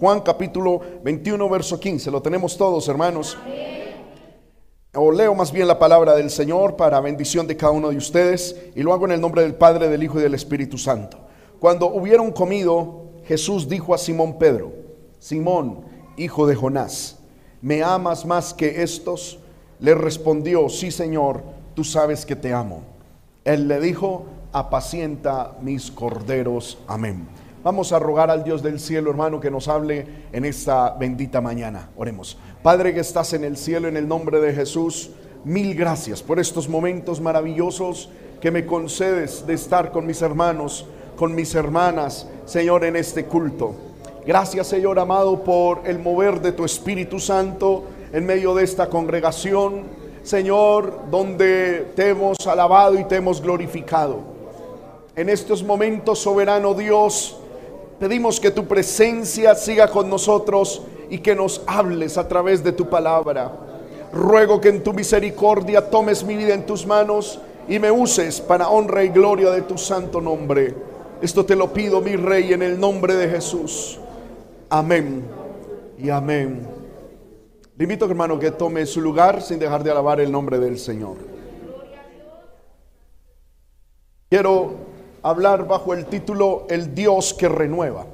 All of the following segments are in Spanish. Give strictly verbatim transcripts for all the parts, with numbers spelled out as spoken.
Juan capítulo veintiuno, verso quince. Lo tenemos todos, hermanos. O leo más bien la palabra del Señor para bendición de cada uno de ustedes, y lo hago en el nombre del Padre, del Hijo y del Espíritu Santo. Cuando hubieron comido, Jesús dijo a Simón Pedro: Simón, hijo de Jonás, ¿me amas más que estos? Le respondió: sí, Señor, tú sabes que te amo. Él le dijo: apacienta mis corderos. Amén. Vamos a rogar al Dios del cielo, hermano, que nos hable en esta bendita mañana. Oremos. Padre que estás en el cielo, en el nombre de Jesús, mil gracias por estos momentos maravillosos que me concedes de estar con mis hermanos, con mis hermanas, Señor, en este culto. Gracias, Señor amado, por el mover de tu Espíritu Santo en medio de esta congregación, Señor, donde te hemos alabado y te hemos glorificado. En estos momentos, soberano Dios, pedimos que tu presencia siga con nosotros y que nos hables a través de tu palabra. Ruego que en tu misericordia tomes mi vida en tus manos y me uses para honra y gloria de tu santo nombre. Esto te lo pido, mi Rey, en el nombre de Jesús. Amén y amén. Le invito, hermano, que tome su lugar sin dejar de alabar el nombre del Señor. Quiero hablar bajo el título El Dios que renueva.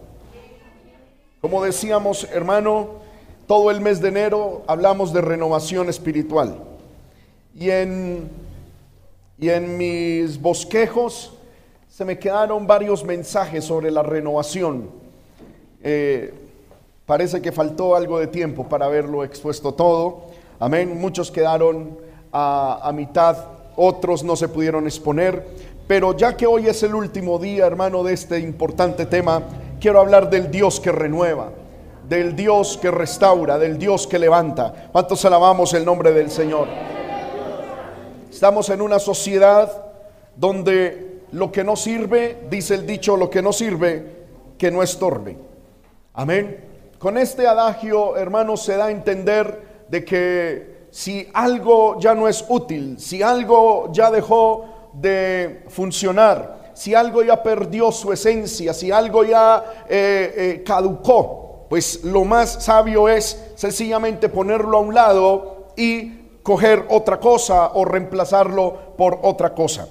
Como decíamos, hermano, todo el mes de enero hablamos de renovación espiritual. Y en, y en mis bosquejos se me quedaron varios mensajes sobre la renovación. Eh, parece que faltó algo de tiempo para haberlo expuesto todo. Amén. Muchos quedaron a, a mitad, otros no se pudieron exponer. Pero ya que hoy es el último día, hermano, de este importante tema, quiero hablar del Dios que renueva, del Dios que restaura, del Dios que levanta. ¿Cuántos alabamos el nombre del Señor? Estamos en una sociedad donde lo que no sirve, dice el dicho, lo que no sirve, que no estorbe. Amén. Con este adagio, hermano, se da a entender de que si algo ya no es útil, si algo ya dejó de funcionar, si algo ya perdió su esencia, si algo ya eh, eh, caducó, pues lo más sabio es sencillamente ponerlo a un lado y coger otra cosa o reemplazarlo por otra cosa.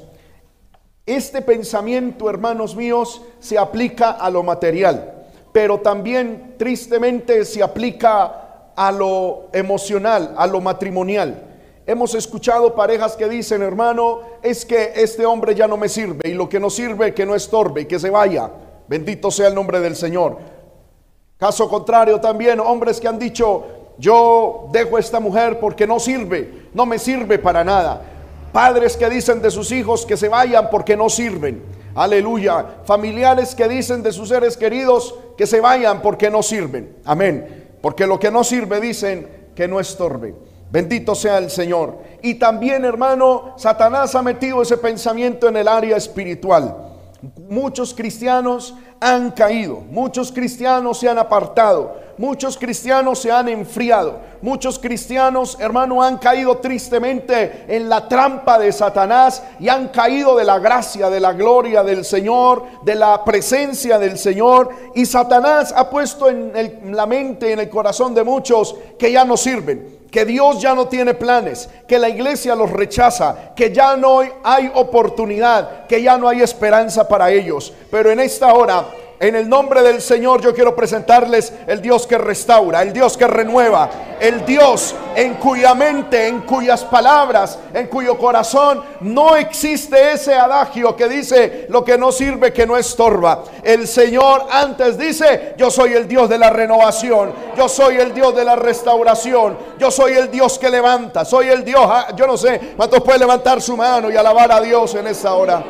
Este pensamiento, hermanos míos, se aplica a lo material, pero también tristemente se aplica a lo emocional, a lo matrimonial. Hemos escuchado parejas que dicen: hermano, es que este hombre ya no me sirve, y lo que no sirve, que no estorbe, que se vaya. Bendito sea el nombre del Señor. Caso contrario también, hombres que han dicho: yo dejo a esta mujer porque no sirve, no me sirve para nada. Padres que dicen de sus hijos que se vayan porque no sirven. Aleluya. Familiares que dicen de sus seres queridos que se vayan porque no sirven. Amén. Porque lo que no sirve, dicen, que no estorbe. Bendito sea el Señor. Y también, hermano, Satanás ha metido ese pensamiento en el área espiritual. Muchos cristianos han caído, muchos cristianos se han apartado, muchos cristianos se han enfriado, muchos cristianos, hermano, han caído tristemente en la trampa de Satanás y han caído de la gracia, de la gloria del Señor, de la presencia del Señor. Y Satanás ha puesto en, el, en la mente, en el corazón de muchos, que ya no sirven, que Dios ya no tiene planes, que la iglesia los rechaza, que ya no hay oportunidad, que ya no hay esperanza para ellos. Pero en esta hora, en el nombre del Señor, yo quiero presentarles el Dios que restaura, el Dios que renueva, el Dios en cuya mente, en cuyas palabras, en cuyo corazón no existe ese adagio que dice: lo que no sirve, que no estorba. El Señor antes dice: yo soy el Dios de la renovación, yo soy el Dios de la restauración, yo soy el Dios que levanta, soy el Dios. Yo no sé cuántos pueden levantar su mano y alabar a Dios en esta hora.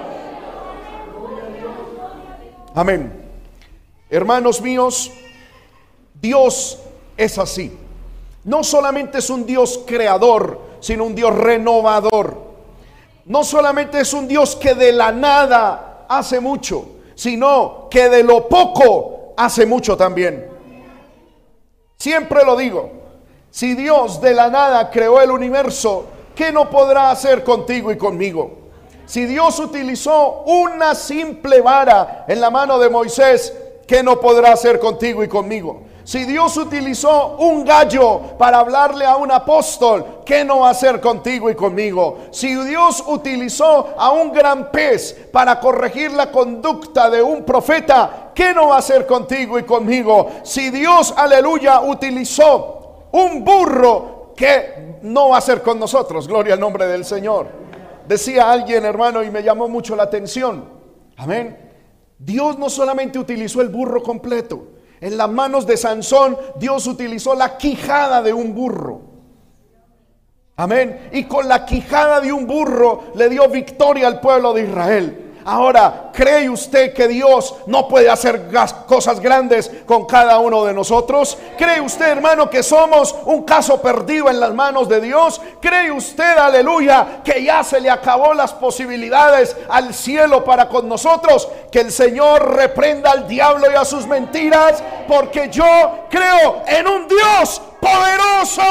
Amén. Hermanos míos, Dios es así. No solamente es un Dios creador, sino un Dios renovador. No solamente es un Dios que de la nada hace mucho, sino que de lo poco hace mucho también. Siempre lo digo: si Dios de la nada creó el universo, ¿qué no podrá hacer contigo y conmigo? Si Dios utilizó una simple vara en la mano de Moisés, ¿qué no podrá hacer contigo y conmigo? Si Dios utilizó un gallo para hablarle a un apóstol, ¿qué no va a hacer contigo y conmigo? Si Dios utilizó a un gran pez para corregir la conducta de un profeta, ¿qué no va a hacer contigo y conmigo? Si Dios, aleluya, utilizó un burro, ¿qué no va a hacer con nosotros? Gloria al nombre del Señor. Decía alguien, hermano, y me llamó mucho la atención. Amén. Dios no solamente utilizó el burro completo. En las manos de Sansón, Dios utilizó la quijada de un burro. Amén. Y con la quijada de un burro le dio victoria al pueblo de Israel. Ahora, ¿cree usted que Dios no puede hacer cosas grandes con cada uno de nosotros? ¿Cree usted, hermano, que somos un caso perdido en las manos de Dios? ¿Cree usted, aleluya, que ya se le acabó las posibilidades al cielo para con nosotros? Que el Señor reprenda al diablo y a sus mentiras, porque yo creo en un Dios poderoso.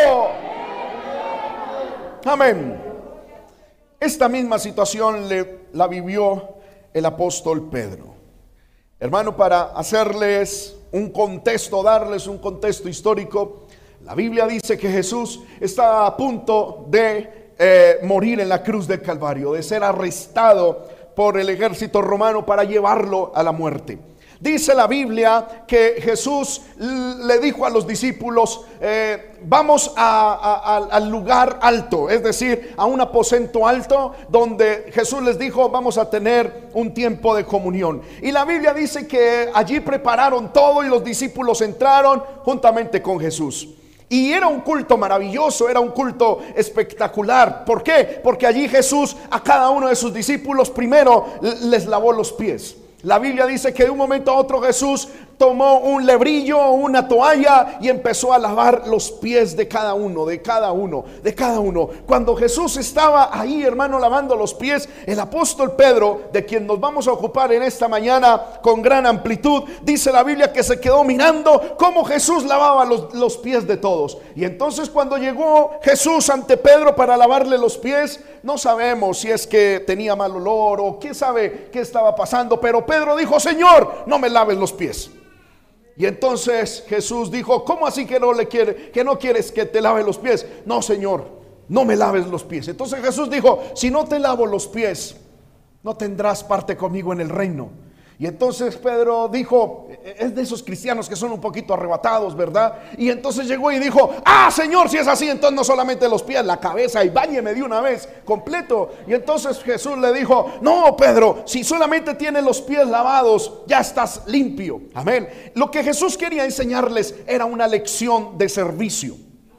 Amén. Esta misma situación le, la vivió el apóstol Pedro. Hermano, para hacerles un contexto, darles un contexto histórico, la Biblia dice que Jesús estaba a punto de eh, morir en la cruz del Calvario, de ser arrestado por el ejército romano para llevarlo a la muerte. Dice la Biblia que Jesús le dijo a los discípulos, eh, vamos a, a, a, al lugar alto, es decir, a un aposento alto, donde Jesús les dijo, vamos a tener un tiempo de comunión. Y la Biblia dice que allí prepararon todo y los discípulos entraron juntamente con Jesús. Y era un culto maravilloso, era un culto espectacular. ¿Por qué? Porque allí Jesús a cada uno de sus discípulos primero les lavó los pies. La Biblia dice que de un momento a otro Jesús tomó un lebrillo, una toalla y empezó a lavar los pies de cada uno, de cada uno, de cada uno. Cuando Jesús estaba ahí, hermano, lavando los pies, el apóstol Pedro, de quien nos vamos a ocupar en esta mañana con gran amplitud, dice la Biblia que se quedó mirando cómo Jesús lavaba los, los pies de todos. Y entonces cuando llegó Jesús ante Pedro para lavarle los pies, no sabemos si es que tenía mal olor o quién sabe qué estaba pasando, pero Pedro dijo, Señor, no me laves los pies. Y entonces Jesús dijo, ¿cómo así que no le quiere, que no quieres que te lave los pies? No, Señor, no me laves los pies. Entonces Jesús dijo, si no te lavo los pies, no tendrás parte conmigo en el reino. Y entonces Pedro dijo, es de esos cristianos que son un poquito arrebatados, ¿verdad? Y entonces llegó y dijo, ah, Señor, si es así, entonces no solamente los pies, la cabeza, y báñeme de una vez completo. Y entonces Jesús le dijo, no, Pedro, si solamente tienes los pies lavados, ya estás limpio. Amén. Lo que Jesús quería enseñarles era una lección de servicio.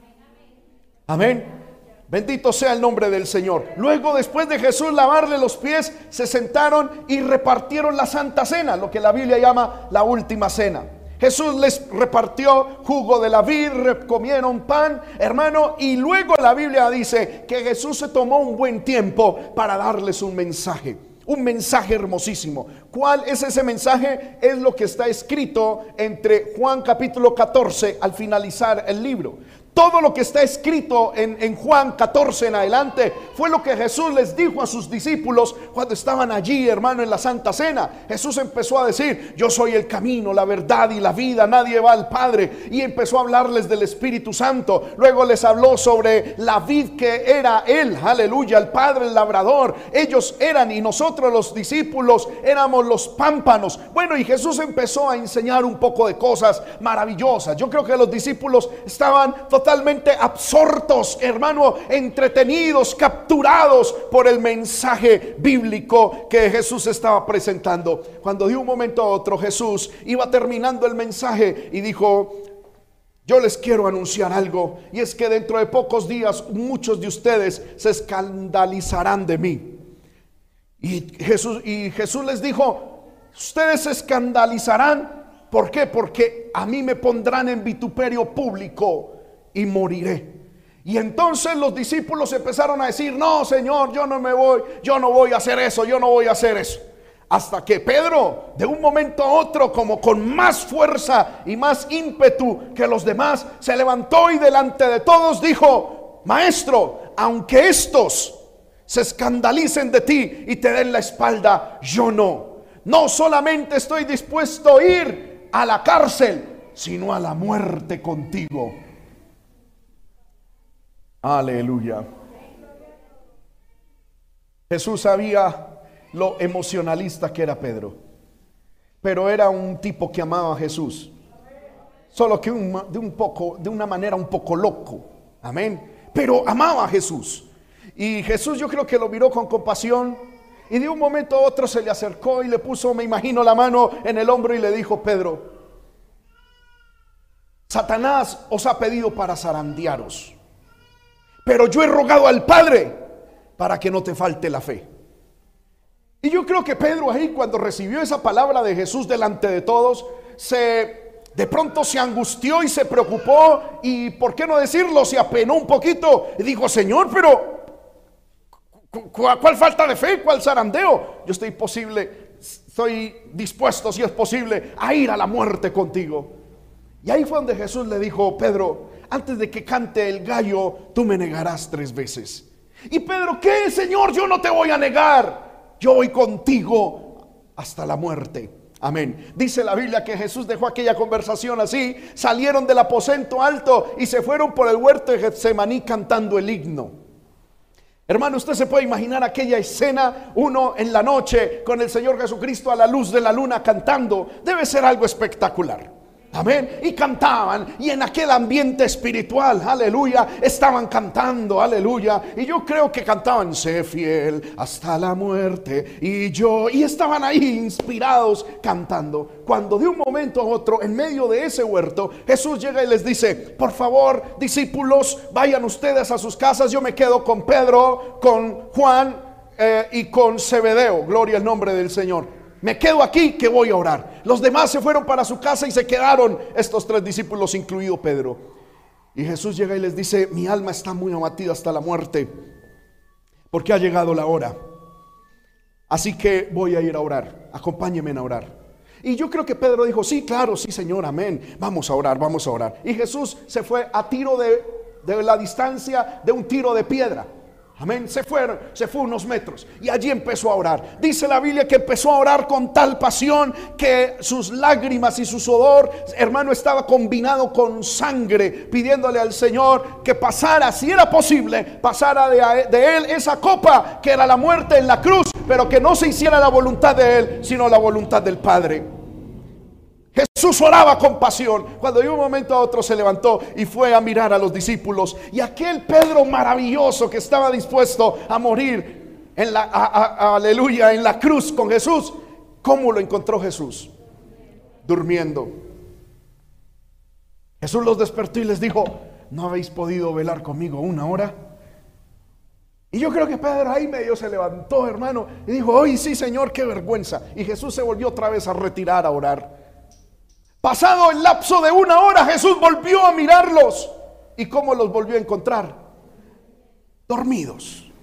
Amén. Bendito sea el nombre del Señor. Luego, después de Jesús lavarle los pies, se sentaron y repartieron la Santa Cena, lo que la Biblia llama la última cena. Jesús les repartió jugo de la vid, comieron pan, hermano, y luego la Biblia dice que Jesús se tomó un buen tiempo para darles un mensaje. Un mensaje hermosísimo. ¿Cuál es ese mensaje? Es lo que está escrito entre Juan capítulo catorce al finalizar el libro. Todo lo que está escrito en, en Juan catorce en adelante fue lo que Jesús les dijo a sus discípulos cuando estaban allí, hermano, en la Santa Cena. Jesús empezó a decir, yo soy el camino, la verdad y la vida, nadie va al Padre. Y empezó a hablarles del Espíritu Santo. Luego les habló sobre la vid que era Él, aleluya, el Padre, el labrador. Ellos eran y nosotros los discípulos éramos los pámpanos. Bueno, y Jesús empezó a enseñar un poco de cosas maravillosas. Yo creo que los discípulos estaban totalmente totalmente absortos, hermano, entretenidos, capturados por el mensaje bíblico que Jesús estaba presentando. Cuando de un momento a otro Jesús iba terminando el mensaje y dijo, yo les quiero anunciar algo, y es que dentro de pocos días muchos de ustedes se escandalizarán de mí. Y Jesús, y Jesús les dijo, ustedes se escandalizarán. ¿Por qué? Porque a mí me pondrán en vituperio público y moriré. Y entonces los discípulos empezaron a decir, no, Señor, yo no me voy, yo no voy a hacer eso, yo no voy a hacer eso. Hasta que Pedro, de un momento a otro, como con más fuerza y más ímpetu que los demás, se levantó y delante de todos dijo, Maestro, aunque estos se escandalicen de ti y te den la espalda, yo no. No solamente estoy dispuesto a ir a la cárcel, sino a la muerte contigo. Aleluya. Jesús sabía lo emocionalista que era Pedro, pero era un tipo que amaba a Jesús, solo que un, de un poco, de una manera un poco loco. Amén. Pero amaba a Jesús. Y Jesús, yo creo que lo miró con compasión, y de un momento a otro se le acercó y le puso, me imagino, la mano en el hombro y le dijo: Pedro, Satanás os ha pedido para zarandearos, pero yo he rogado al Padre para que no te falte la fe. Y yo creo que Pedro ahí, cuando recibió esa palabra de Jesús delante de todos, se de pronto se angustió y se preocupó, y por qué no decirlo, se apenó un poquito y dijo: Señor, pero ¿cuál falta de fe? ¿Cuál zarandeo? Yo estoy posible, estoy dispuesto, si es posible, a ir a la muerte contigo. Y ahí fue donde Jesús le dijo: Pedro, antes de que cante el gallo, tú me negarás tres veces. Y Pedro: ¿qué, Señor? Yo no te voy a negar, yo voy contigo hasta la muerte. Amén. Dice la Biblia que Jesús dejó aquella conversación así, salieron del aposento alto y se fueron por el huerto de Getsemaní cantando el himno. Hermano, usted se puede imaginar aquella escena, uno en la noche con el Señor Jesucristo a la luz de la luna cantando. Debe ser algo espectacular. Amén. Y cantaban, y en aquel ambiente espiritual, aleluya, estaban cantando, aleluya. Y yo creo que cantaban: sé fiel hasta la muerte, y yo, y estaban ahí inspirados cantando. Cuando de un momento a otro, en medio de ese huerto, Jesús llega y les dice: por favor, discípulos, vayan ustedes a sus casas, yo me quedo con Pedro, con Juan eh, y con Zebedeo. Gloria al nombre del Señor. Me quedo aquí, que voy a orar. Los demás se fueron para su casa y se quedaron estos tres discípulos, incluido Pedro. Y Jesús llega y les dice: mi alma está muy abatida hasta la muerte, porque ha llegado la hora. Así que voy a ir a orar. Acompáñenme a orar. Y yo creo que Pedro dijo: sí, claro, sí, Señor, amén. Vamos a orar, vamos a orar. Y Jesús se fue a tiro de, de la distancia de un tiro de piedra. Amén, se fueron, se fue unos metros y allí empezó a orar. Dice la Biblia que empezó a orar con tal pasión que sus lágrimas y su sudor, hermano, estaba combinado con sangre, pidiéndole al Señor que pasara, si era posible, pasara de, de él esa copa que era la muerte en la cruz, pero que no se hiciera la voluntad de él, sino la voluntad del Padre. Jesús oraba con pasión. Cuando de un momento a otro se levantó y fue a mirar a los discípulos, y aquel Pedro maravilloso que estaba dispuesto a morir en la, a, a, aleluya, en la cruz con Jesús, ¿cómo lo encontró Jesús? Durmiendo. Jesús los despertó y les dijo: ¿no habéis podido velar conmigo una hora? Y yo creo que Pedro ahí medio se levantó, hermano, y dijo: hoy sí, Señor, qué vergüenza. Y Jesús se volvió otra vez a retirar a orar. Pasado el lapso de una hora, Jesús volvió a mirarlos. ¿Y cómo los volvió a encontrar? Dormidos.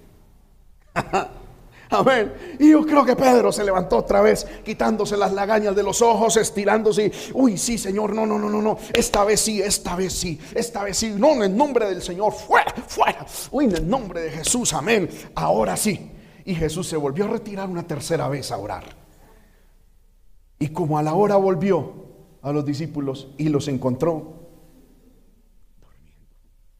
Amén. Y yo creo que Pedro se levantó otra vez, quitándose las lagañas de los ojos, estirándose. Uy, sí, Señor, no, no, no, no, no. Esta vez sí, esta vez sí, esta vez sí. No, en el nombre del Señor, fuera, fuera. Uy, en el nombre de Jesús, amén. Ahora sí. Y Jesús se volvió a retirar una tercera vez a orar. Y como a la hora volvió a los discípulos y los encontró durmiendo.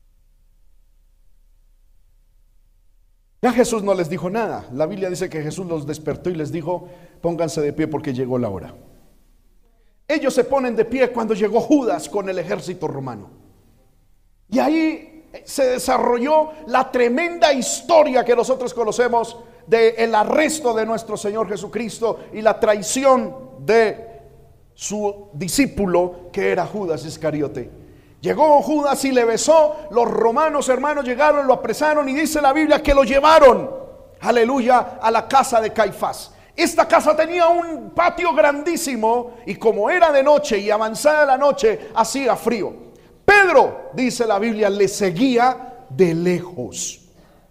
Ya Jesús no les dijo nada. La Biblia dice que Jesús los despertó y les dijo: pónganse de pie porque llegó la hora. Ellos se ponen de pie cuando llegó Judas con el ejército romano. Y ahí se desarrolló la tremenda historia que nosotros conocemos del arresto de nuestro Señor Jesucristo y la traición de su discípulo, que era Judas Iscariote. Llegó Judas y le besó. Los romanos, hermanos, llegaron, lo apresaron, y dice la Biblia que lo llevaron, aleluya, a la casa de Caifás. Esta casa tenía un patio grandísimo, y como era de noche y avanzada la noche, hacía frío. Pedro, dice la Biblia, le seguía de lejos.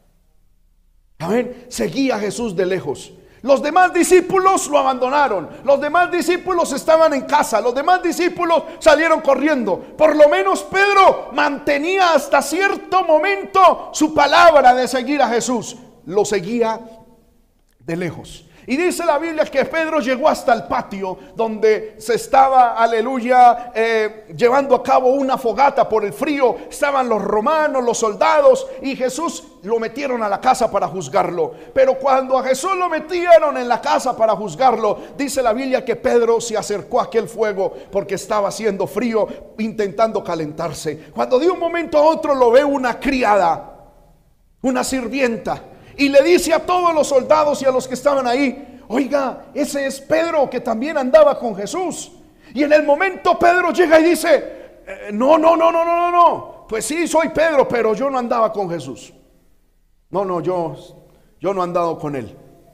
Amén. Seguía a Jesús de lejos. Los demás discípulos lo abandonaron. Los demás discípulos estaban en casa. Los demás discípulos salieron corriendo. Por lo menos Pedro mantenía hasta cierto momento su palabra de seguir a Jesús. Lo seguía de lejos. Y dice la Biblia que Pedro llegó hasta el patio donde se estaba, aleluya, eh, llevando a cabo una fogata por el frío. Estaban los romanos, los soldados, y Jesús lo metieron a la casa para juzgarlo. Pero cuando a Jesús lo metieron en la casa para juzgarlo, dice la Biblia que Pedro se acercó a aquel fuego porque estaba haciendo frío, intentando calentarse. Cuando de un momento a otro lo ve una criada, una sirvienta, y le dice a todos los soldados y a los que estaban ahí: oiga, ese es Pedro que también andaba con Jesús. Y en el momento Pedro llega y dice: eh, no, no, no, no, no, no, no. Pues sí, soy Pedro, pero yo no andaba con Jesús. No, no, yo, yo no he andado con él.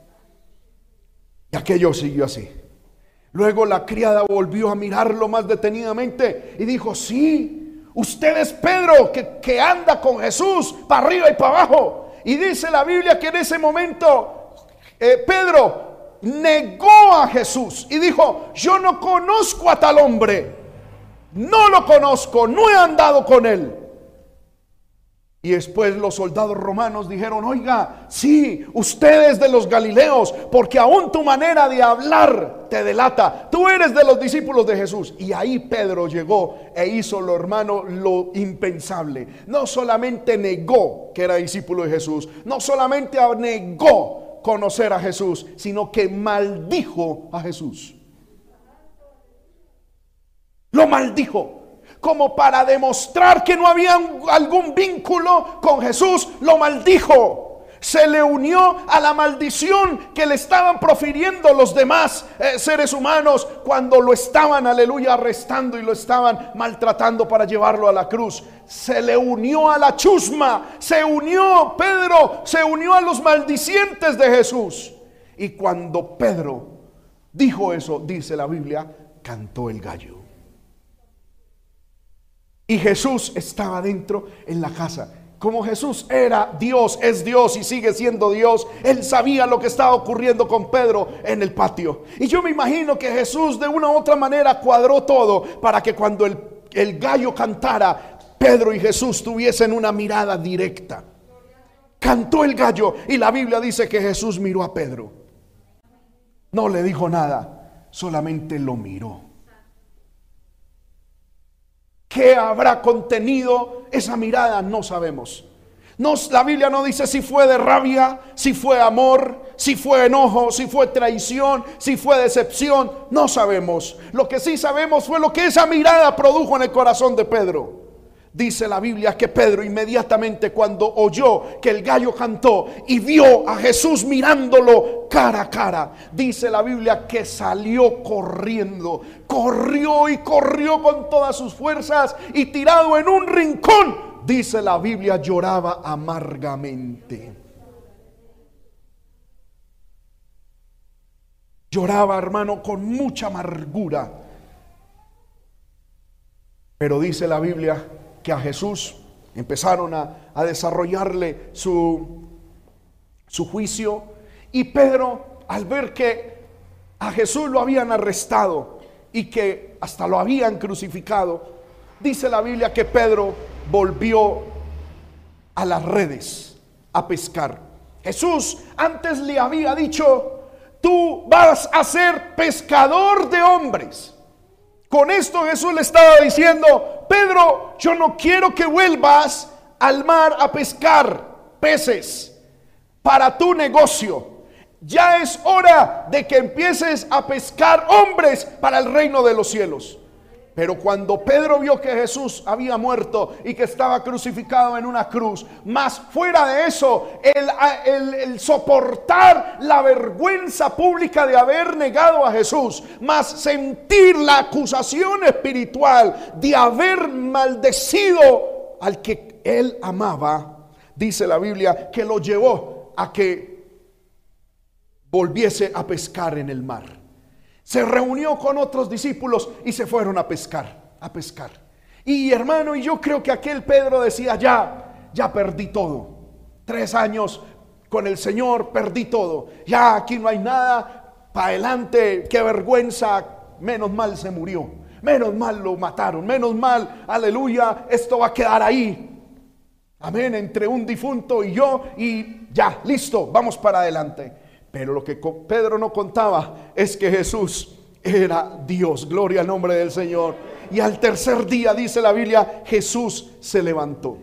Y aquello siguió así. Luego la criada volvió a mirarlo más detenidamente y dijo: sí, usted es Pedro que, que anda con Jesús para arriba y para abajo. Y dice la Biblia que en ese momento eh, Pedro negó a Jesús y dijo: yo no conozco a tal hombre, no lo conozco, no he andado con él. Y después los soldados romanos dijeron: oiga, sí, usted es de los Galileos, porque aún tu manera de hablar te delata, tú eres de los discípulos de Jesús. Y ahí Pedro llegó e hizo, lo hermano, lo impensable. No solamente negó que era discípulo de Jesús, no solamente negó conocer a Jesús, sino que maldijo a Jesús. Lo maldijo. Como para demostrar que no había algún vínculo con Jesús, lo maldijo. Se le unió a la maldición que le estaban profiriendo los demás eh, seres humanos cuando lo estaban, aleluya, arrestando y lo estaban maltratando para llevarlo a la cruz. Se le unió a la chusma, se unió Pedro, se unió a los maldicientes de Jesús. Y cuando Pedro dijo eso, dice la Biblia, cantó el gallo. Y Jesús estaba dentro en la casa. Como Jesús era Dios, es Dios y sigue siendo Dios, Él sabía lo que estaba ocurriendo con Pedro en el patio. Y yo me imagino que Jesús de una u otra manera cuadró todo para que cuando el, el gallo cantara, Pedro y Jesús tuviesen una mirada directa. Cantó el gallo y la Biblia dice que Jesús miró a Pedro. No le dijo nada, solamente lo miró. ¿Qué habrá contenido esa mirada? No sabemos. No, la Biblia no dice si fue de rabia, si fue amor, si fue enojo, si fue traición, si fue decepción. No sabemos. Lo que sí sabemos fue lo que esa mirada produjo en el corazón de Pedro. Dice la Biblia que Pedro inmediatamente cuando oyó que el gallo cantó y vio a Jesús mirándolo cara a cara, dice la Biblia que salió corriendo, corrió y corrió con todas sus fuerzas y tirado en un rincón, dice la Biblia, lloraba amargamente. Lloraba, hermano, con mucha amargura. Pero dice la Biblia que a Jesús empezaron a, a desarrollarle su, su juicio. Y Pedro, al ver que a Jesús lo habían arrestado y que hasta lo habían crucificado, dice la Biblia que Pedro volvió a las redes a pescar. Jesús antes le había dicho: tú vas a ser pescador de hombres. Con esto Jesús le estaba diciendo: Pedro, yo no quiero que vuelvas al mar a pescar peces para tu negocio. Ya es hora de que empieces a pescar hombres para el reino de los cielos. Pero cuando Pedro vio que Jesús había muerto y que estaba crucificado en una cruz, más fuera de eso, el, el, el soportar la vergüenza pública de haber negado a Jesús, más sentir la acusación espiritual de haber maldecido al que él amaba, dice la Biblia que lo llevó a que volviese a pescar en el mar. Se reunió con otros discípulos y se fueron a pescar, a pescar. Y hermano, y yo creo que aquel Pedro decía: ya, ya perdí todo. Tres años con el Señor, perdí todo. Ya aquí no hay nada, para adelante, qué vergüenza. Menos mal se murió, menos mal lo mataron, menos mal, aleluya, esto va a quedar ahí. Amén, entre un difunto y yo, y ya, listo, vamos para adelante. Pero lo que Pedro no contaba es que Jesús era Dios. Gloria al nombre del Señor. Y al tercer día, dice la Biblia, Jesús se levantó.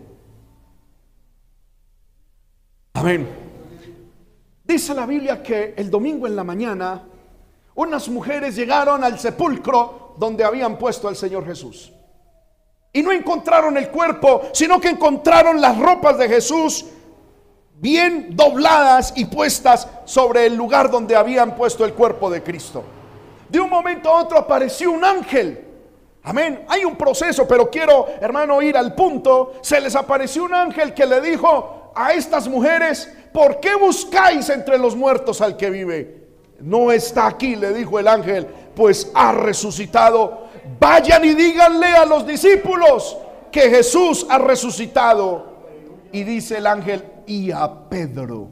Amén. Dice la Biblia que el domingo en la mañana unas mujeres llegaron al sepulcro donde habían puesto al Señor Jesús. Y no encontraron el cuerpo, sino que encontraron las ropas de Jesús bien dobladas y puestas sobre el lugar donde habían puesto el cuerpo de Cristo. De un momento a otro apareció un ángel. Amén. Hay un proceso, pero quiero, hermano, ir al punto. Se les apareció un ángel que le dijo a estas mujeres: ¿por qué buscáis entre los muertos al que vive? No está aquí, le dijo el ángel, pues ha resucitado. Vayan y díganle a los discípulos que Jesús ha resucitado. Y dice el ángel: y a Pedro.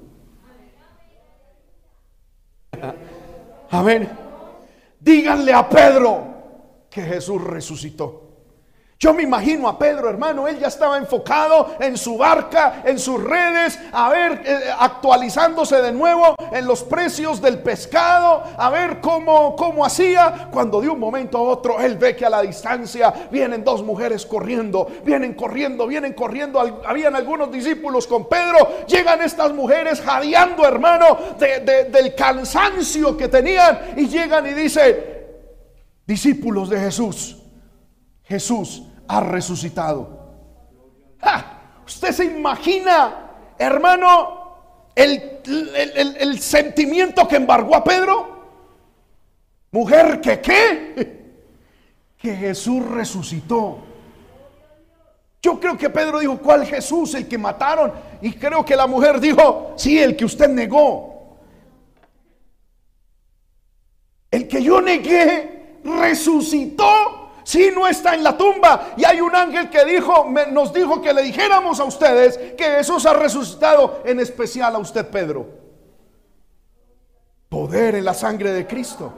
Amén. Díganle a Pedro que Jesús resucitó. Yo me imagino a Pedro, hermano, él ya estaba enfocado en su barca, en sus redes, a ver, eh, actualizándose de nuevo en los precios del pescado, a ver cómo, cómo hacía, cuando de un momento a otro él ve que a la distancia vienen dos mujeres corriendo, vienen corriendo, vienen corriendo, habían algunos discípulos con Pedro, llegan estas mujeres jadeando, hermano, de, de, del cansancio que tenían, y llegan y dicen: discípulos de Jesús, Jesús ha resucitado. ¡Ja! Usted se imagina, hermano, el, el, el, el sentimiento que embargó a Pedro. Mujer, ¿que qué? Que Jesús resucitó. Yo creo que Pedro dijo: ¿cuál Jesús? El que mataron. Y creo que la mujer dijo: sí, el que usted negó. El que yo negué resucitó. Si sí, no está en la tumba. Y hay un ángel que dijo, me, nos dijo que le dijéramos a ustedes que Jesús ha resucitado, en especial a usted, Pedro. Poder en la sangre de Cristo.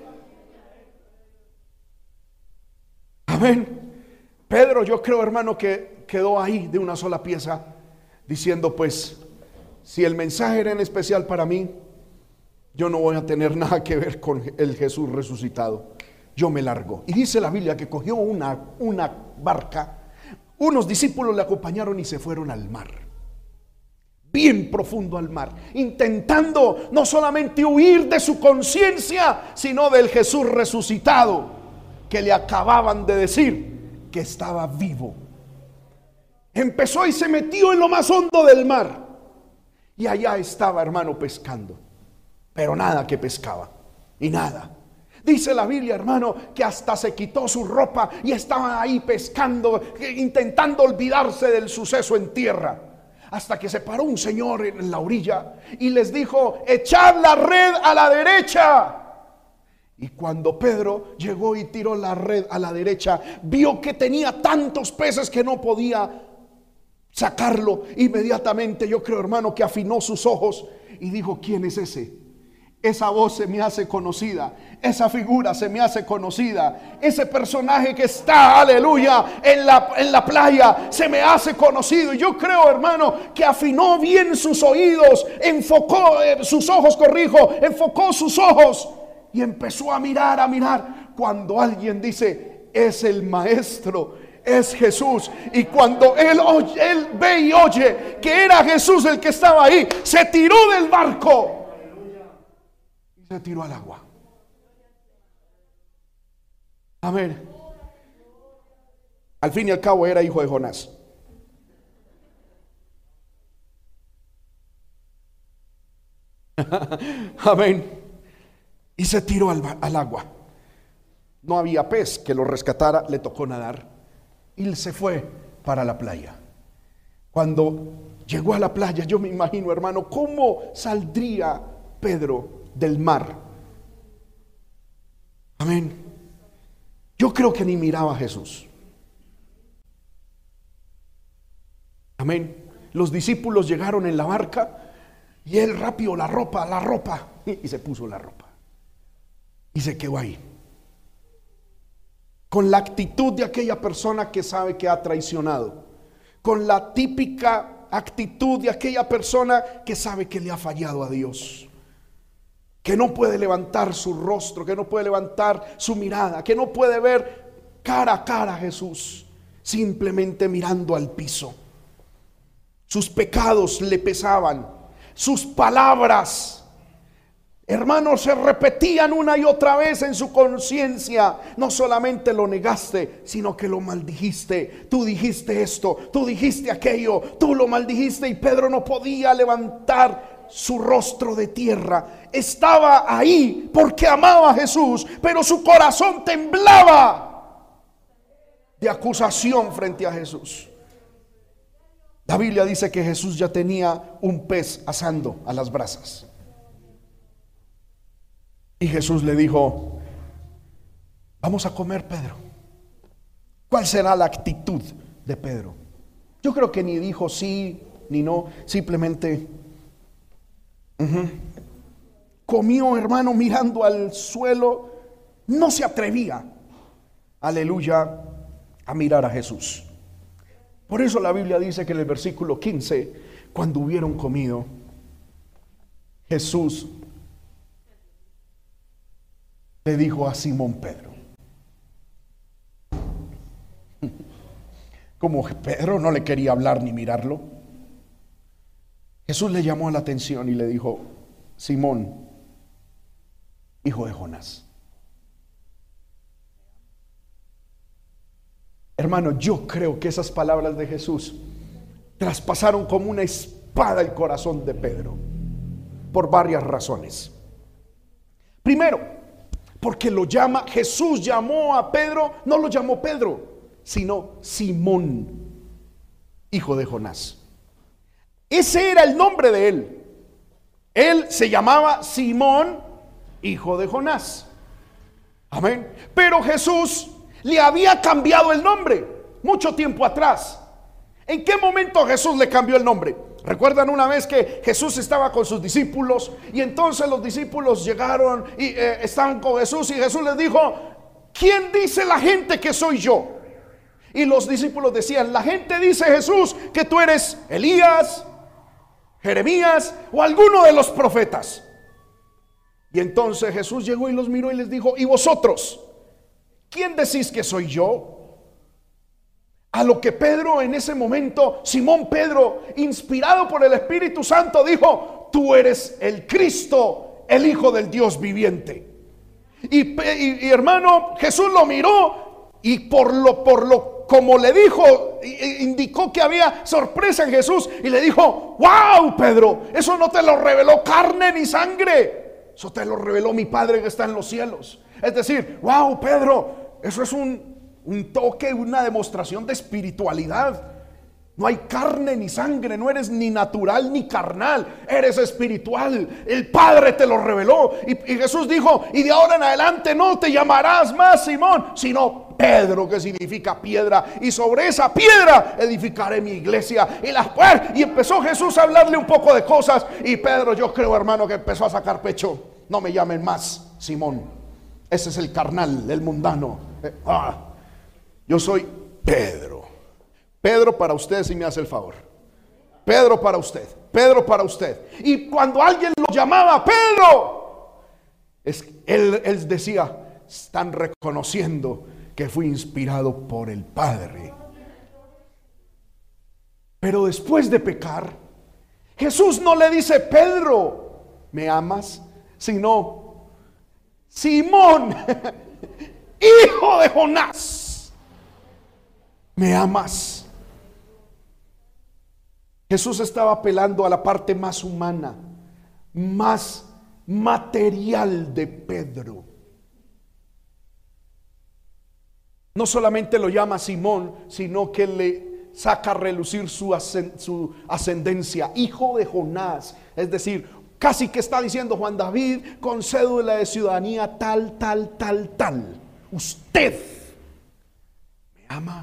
Amén. Pedro, yo creo, hermano, que quedó ahí de una sola pieza, diciendo: pues, si el mensaje era en especial para mí, yo no voy a tener nada que ver con el Jesús resucitado. Yo me largo. Y dice la Biblia que cogió una, una barca. Unos discípulos le acompañaron y se fueron al mar. Bien profundo al mar. Intentando no solamente huir de su conciencia, sino del Jesús resucitado, que le acababan de decir que estaba vivo. Empezó y se metió en lo más hondo del mar. Y allá estaba, hermano, pescando. Pero nada que pescaba. Y nada. Dice la Biblia, hermano, que hasta se quitó su ropa y estaba ahí pescando, intentando olvidarse del suceso en tierra. Hasta que se paró un señor en la orilla y les dijo: echad la red a la derecha. Y cuando Pedro llegó y tiró la red a la derecha, vio que tenía tantos peces que no podía sacarlo. Inmediatamente, yo creo, hermano, que afinó sus ojos y dijo: ¿quién es ese? Esa voz se me hace conocida, esa figura se me hace conocida, ese personaje que está, aleluya, en la, en la playa, se me hace conocido. Y yo creo, hermano, que afinó bien sus oídos, enfocó eh, sus ojos, corrijo, enfocó sus ojos y empezó a mirar, a mirar. Cuando alguien dice: es el maestro, es Jesús. Y cuando él, oye, él ve y oye que era Jesús el que estaba ahí, se tiró del barco. Se tiró al agua. Amén. Al fin y al cabo era hijo de Jonás. Amén. Y se tiró al, al agua. No había pez que lo rescatara, le tocó nadar. Y se fue para la playa. Cuando llegó a la playa, yo me imagino, hermano, cómo saldría Pedro del mar. Amén. Yo creo que ni miraba a Jesús. Amén. Los discípulos llegaron en la barca y él rápido: la ropa, la ropa. Y se puso la ropa. Y se quedó ahí. Con la actitud de aquella persona que sabe que ha traicionado. Con la típica actitud de aquella persona que sabe que le ha fallado a Dios. que no puede levantar su rostro, que no puede levantar su mirada, que no puede ver cara a cara a Jesús, simplemente mirando al piso. Sus pecados le pesaban, sus palabras, hermanos, se repetían una y otra vez en su conciencia. No solamente lo negaste, sino que lo maldijiste. Tú dijiste esto, tú dijiste aquello, tú lo maldijiste. Y Pedro no podía levantar su rostro de tierra. Estaba ahí porque amaba a Jesús, pero su corazón temblaba de acusación frente a Jesús. La Biblia dice que Jesús ya tenía un pez asando a las brasas. Y Jesús le dijo: vamos a comer, Pedro. ¿Cuál será la actitud de Pedro? Yo creo que ni dijo sí ni no, simplemente uh-huh. comió, hermano, mirando al suelo. No se atrevía, aleluya, a mirar a Jesús. Por eso la Biblia dice que en el versículo quince, cuando hubieron comido, Jesús le dijo a Simón Pedro, como Pedro no le quería hablar ni mirarlo, Jesús le llamó la atención y le dijo: Simón, hijo de Jonás. Hermano, yo creo que esas palabras de Jesús traspasaron como una espada el corazón de Pedro, por varias razones. Primero, porque lo llama, Jesús llamó a Pedro, no lo llamó Pedro, sino Simón, hijo de Jonás. Ese era el nombre de él. Él se llamaba Simón, hijo de Jonás. Amén. Pero Jesús le había cambiado el nombre mucho tiempo atrás. ¿En qué momento Jesús le cambió el nombre? ¿Recuerdan una vez que Jesús estaba con sus discípulos y entonces los discípulos llegaron y eh, estaban con Jesús y Jesús les dijo: ¿quién dice la gente que soy yo? Y los discípulos decían: la gente dice, Jesús, que tú eres Elías, Jeremías o alguno de los profetas. Y entonces Jesús llegó y los miró y les dijo: ¿y vosotros? ¿Quién decís que soy yo? A lo que Pedro en ese momento, Simón Pedro, inspirado por el Espíritu Santo, dijo: tú eres el Cristo, el Hijo del Dios viviente. Y, y, y hermano, Jesús lo miró y por lo, por lo como le dijo, indicó que había sorpresa en Jesús y le dijo: wow, Pedro, eso no te lo reveló carne ni sangre, eso te lo reveló mi Padre que está en los cielos. Es decir, wow, Pedro, eso es un, un toque, una demostración de espiritualidad. No hay carne ni sangre, no eres ni natural ni carnal, eres espiritual. El Padre te lo reveló. Y, y Jesús dijo: y de ahora en adelante no te llamarás más Simón, sino Pedro, que significa piedra, y sobre esa piedra edificaré mi iglesia. Y, las, y empezó Jesús a hablarle un poco de cosas. Y Pedro, yo creo, hermano, que empezó a sacar pecho. No me llamen más Simón, ese es el carnal, el mundano. eh, ah, Yo soy Pedro. Pedro para usted, si me hace el favor. Pedro para usted, Pedro para usted. Y cuando alguien lo llamaba Pedro, es, él, él decía: están reconociendo que fui inspirado por el Padre. Pero después de pecar, Jesús no le dice: Pedro, ¿me amas? Sino: Simón, hijo de Jonás, ¿me amas? Jesús estaba apelando a la parte más humana, más material de Pedro. No solamente lo llama Simón, sino que le saca a relucir su, ascend- su ascendencia, hijo de Jonás. Es decir, casi que está diciendo: Juan David, con cédula de ciudadanía tal, tal, tal, tal, usted me ama.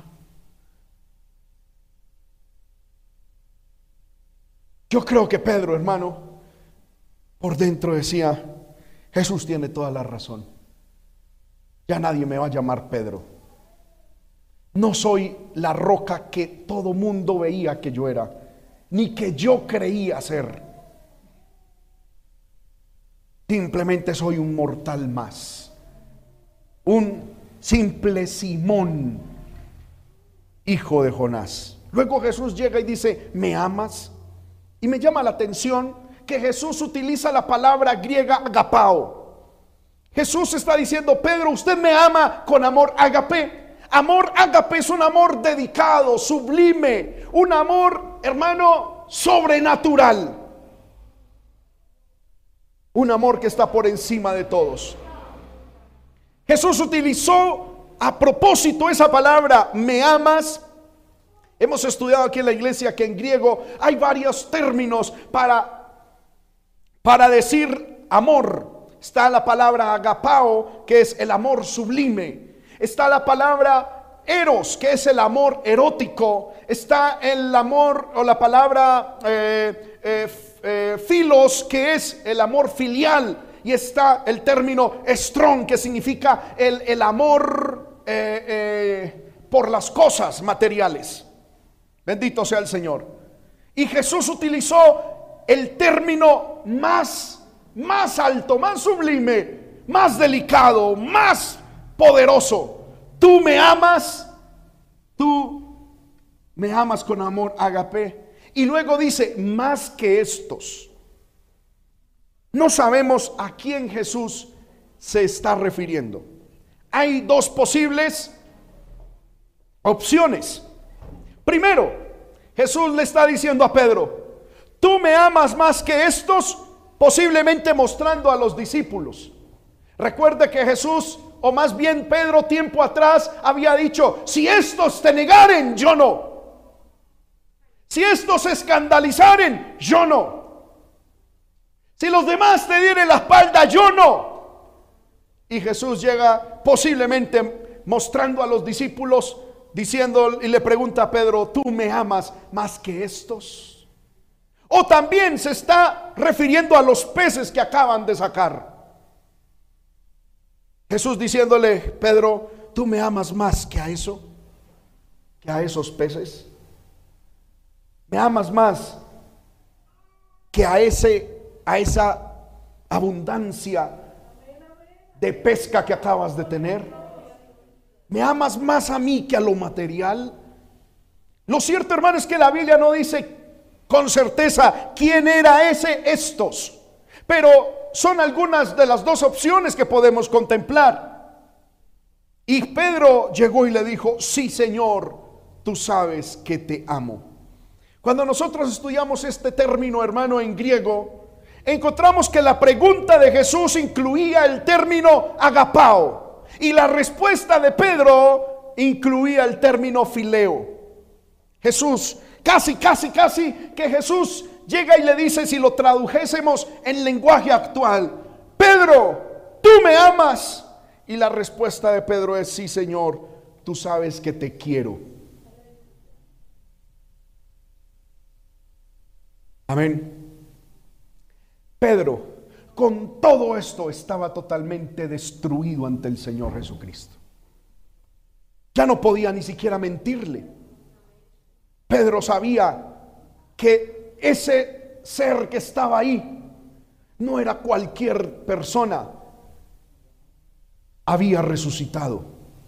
Yo creo que Pedro, hermano, por dentro decía: Jesús tiene toda la razón. Ya nadie me va a llamar Pedro. No soy la roca que todo mundo veía que yo era, ni que yo creía ser. simplemente soy un mortal más, un simple Simón, hijo de Jonás. Luego Jesús llega y dice, ¿me amas? Y me llama la atención que Jesús utiliza la palabra griega agapao. Jesús está diciendo, Pedro, usted me ama con amor agape. Amor agape es un amor dedicado, sublime, un amor, hermano, sobrenatural. Un amor que está por encima de todos. Jesús utilizó a propósito esa palabra, me amas. Hemos estudiado aquí en la iglesia que en griego hay varios términos para, para decir amor. Está la palabra agapao, que es el amor sublime. Está la palabra eros, que es el amor erótico. Está el amor o la palabra eh, eh, eh, filos, que es el amor filial. Y está el término estrón, que significa el, el amor eh, eh, por las cosas materiales. Bendito sea el Señor. Y Jesús utilizó el término más, más alto, más sublime, más delicado, más poderoso. Tú me amas, tú me amas con amor agape. Y luego dice, más que estos. No sabemos a quién Jesús se está refiriendo. Hay dos posibles opciones. Primero, Jesús le está diciendo a Pedro, tú me amas más que estos, posiblemente mostrando a los discípulos. Recuerde que Jesús, o más bien Pedro, tiempo atrás había dicho, si estos te negaren, yo no. Si estos se escandalizaren, yo no. Si los demás te dieren la espalda, yo no. Y Jesús llega posiblemente mostrando a los discípulos, diciendo, y le pregunta a Pedro, ¿tú me amas más que estos? O también se está refiriendo a los peces que acaban de sacar. Jesús diciéndole, Pedro, ¿tú me amas más que a eso? ¿Que a esos peces? ¿Me amas más que a ese a esa abundancia de pesca que acabas de tener? ¿Me amas más a mí que a lo material? Lo cierto, hermano, es que la Biblia no dice con certeza quién era ese estos, pero son algunas de las dos opciones que podemos contemplar. Y Pedro llegó y le dijo, sí, Señor, tú sabes que te amo. Cuando nosotros estudiamos este término, hermano, en griego, encontramos que la pregunta de Jesús incluía el término agapao y la respuesta de Pedro incluía el término fileo. Jesús, casi, casi, casi que Jesús llega y le dice, si lo tradujésemos en lenguaje actual, Pedro, ¿tú me amas? Y la respuesta de Pedro es, sí, Señor, tú sabes que te quiero. Amén. Pedro, con todo esto, estaba totalmente destruido ante el Señor Jesucristo. Ya no podía ni siquiera mentirle. Pedro sabía que ese ser que estaba ahí no era cualquier persona. Había resucitado.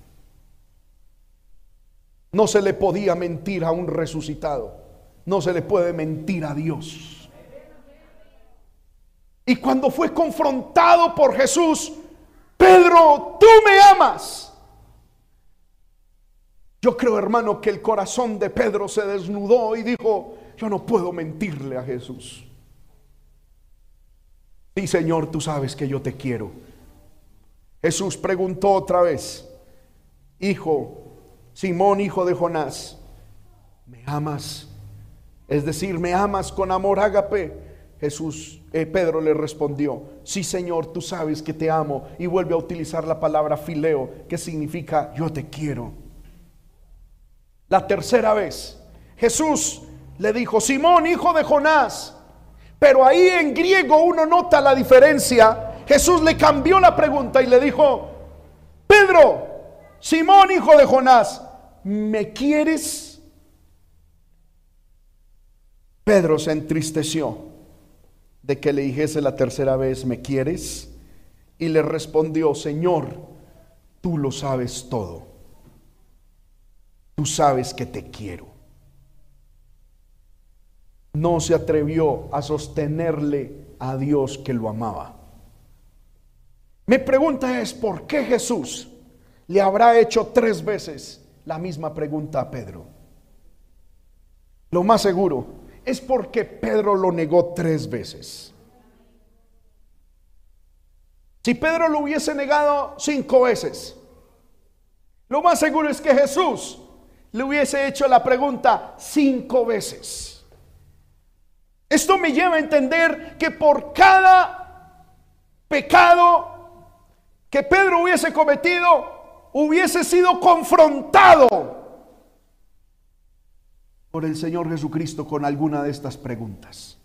No se le podía mentir a un resucitado. No se le puede mentir a Dios. Y cuando fue confrontado por Jesús, Pedro, ¿tú me amas? Yo creo, hermano, que el corazón de Pedro se desnudó y dijo, yo no puedo mentirle a Jesús. Sí, Señor, tú sabes que yo te quiero. Jesús preguntó otra vez, hijo, Simón, hijo de Jonás, ¿me amas? Es decir, ¿me amas con amor ágape? Jesús, eh, Pedro le respondió, sí, Señor, tú sabes que te amo. Y vuelve a utilizar la palabra fileo, que significa yo te quiero. La tercera vez, Jesús le dijo, Simón, hijo de Jonás. Pero ahí en griego uno nota la diferencia. Jesús le cambió la pregunta y le dijo, Pedro, Simón, hijo de Jonás, ¿me quieres? Pedro se entristeció. de que le dijese la tercera vez, ¿me quieres? Y le respondió, Señor, tú lo sabes todo. Tú sabes que te quiero. No se atrevió a sostenerle a Dios que lo amaba. Mi pregunta es, ¿por qué Jesús le habrá hecho tres veces la misma pregunta a Pedro? Lo más seguro es porque Pedro lo negó tres veces. Si Pedro lo hubiese negado cinco veces, lo más seguro es que Jesús le hubiese hecho la pregunta cinco veces. Esto me lleva a entender que por cada pecado que Pedro hubiese cometido, hubiese sido confrontado por el Señor Jesucristo con alguna de estas preguntas.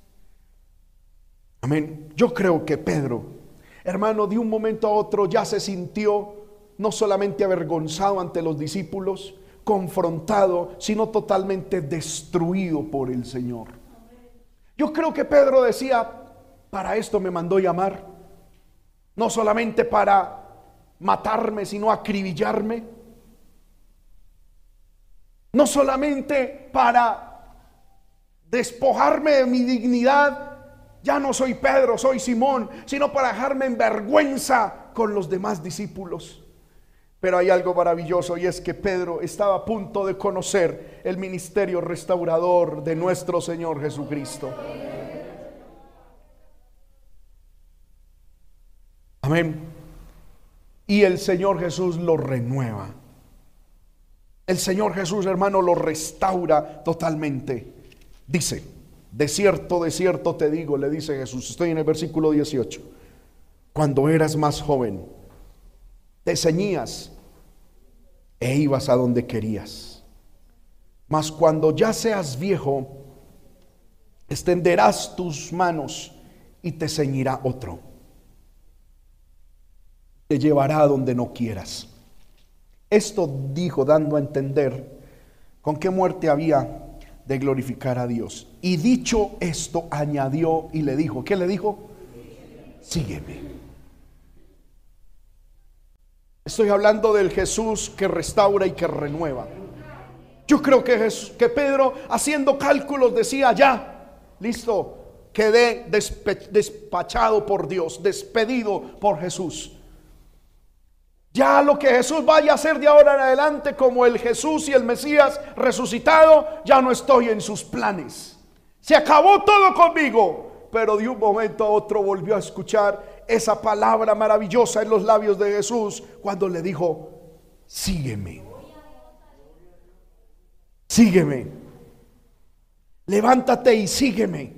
Amén. Yo creo que Pedro, hermano, de un momento a otro ya se sintió no solamente avergonzado ante los discípulos, confrontado, sino totalmente destruido por el Señor. Yo creo que Pedro decía, para esto me mandó llamar, no solamente para matarme, sino acribillarme, no solamente para despojarme de mi dignidad, ya no soy Pedro, soy Simón, sino para dejarme en vergüenza con los demás discípulos. Pero hay algo maravilloso, y es que Pedro estaba a punto de conocer el ministerio restaurador de nuestro Señor Jesucristo. Amén. Y el Señor Jesús lo renueva. El Señor Jesús, hermano, lo restaura totalmente. Dice, de cierto, de cierto te digo, le dice Jesús, estoy en el versículo dieciocho, cuando eras más joven, te ceñías e ibas a donde querías. Mas cuando ya seas viejo, extenderás tus manos y te ceñirá otro. Te llevará a donde no quieras. Esto dijo dando a entender con qué muerte había de glorificar a Dios. Y dicho esto, añadió y le dijo, ¿qué le dijo? Sígueme. Estoy hablando del Jesús que restaura y que renueva. Yo creo que, Jesús, que Pedro, haciendo cálculos, decía, ya, listo, quedé despe- despachado por Dios, despedido por Jesús. Ya lo que Jesús vaya a hacer de ahora en adelante, como el Jesús y el Mesías resucitado, ya no estoy en sus planes. Se acabó todo conmigo. Pero de un momento a otro volvió a escuchar esa palabra maravillosa en los labios de Jesús cuando le dijo, sígueme. Sígueme. Levántate y sígueme.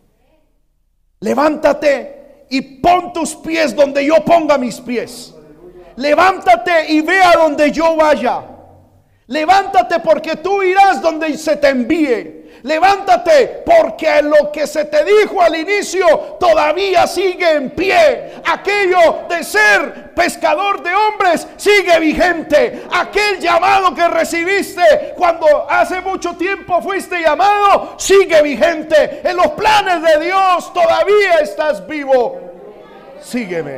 Levántate y pon tus pies donde yo ponga mis pies. Levántate y ve a donde yo vaya. Levántate porque tú irás donde se te envíe. Levántate porque lo que se te dijo al inicio todavía sigue en pie. Aquello de ser pescador de hombres sigue vigente. Aquel llamado que recibiste cuando hace mucho tiempo fuiste llamado sigue vigente. En los planes de Dios todavía estás vivo. Sígueme.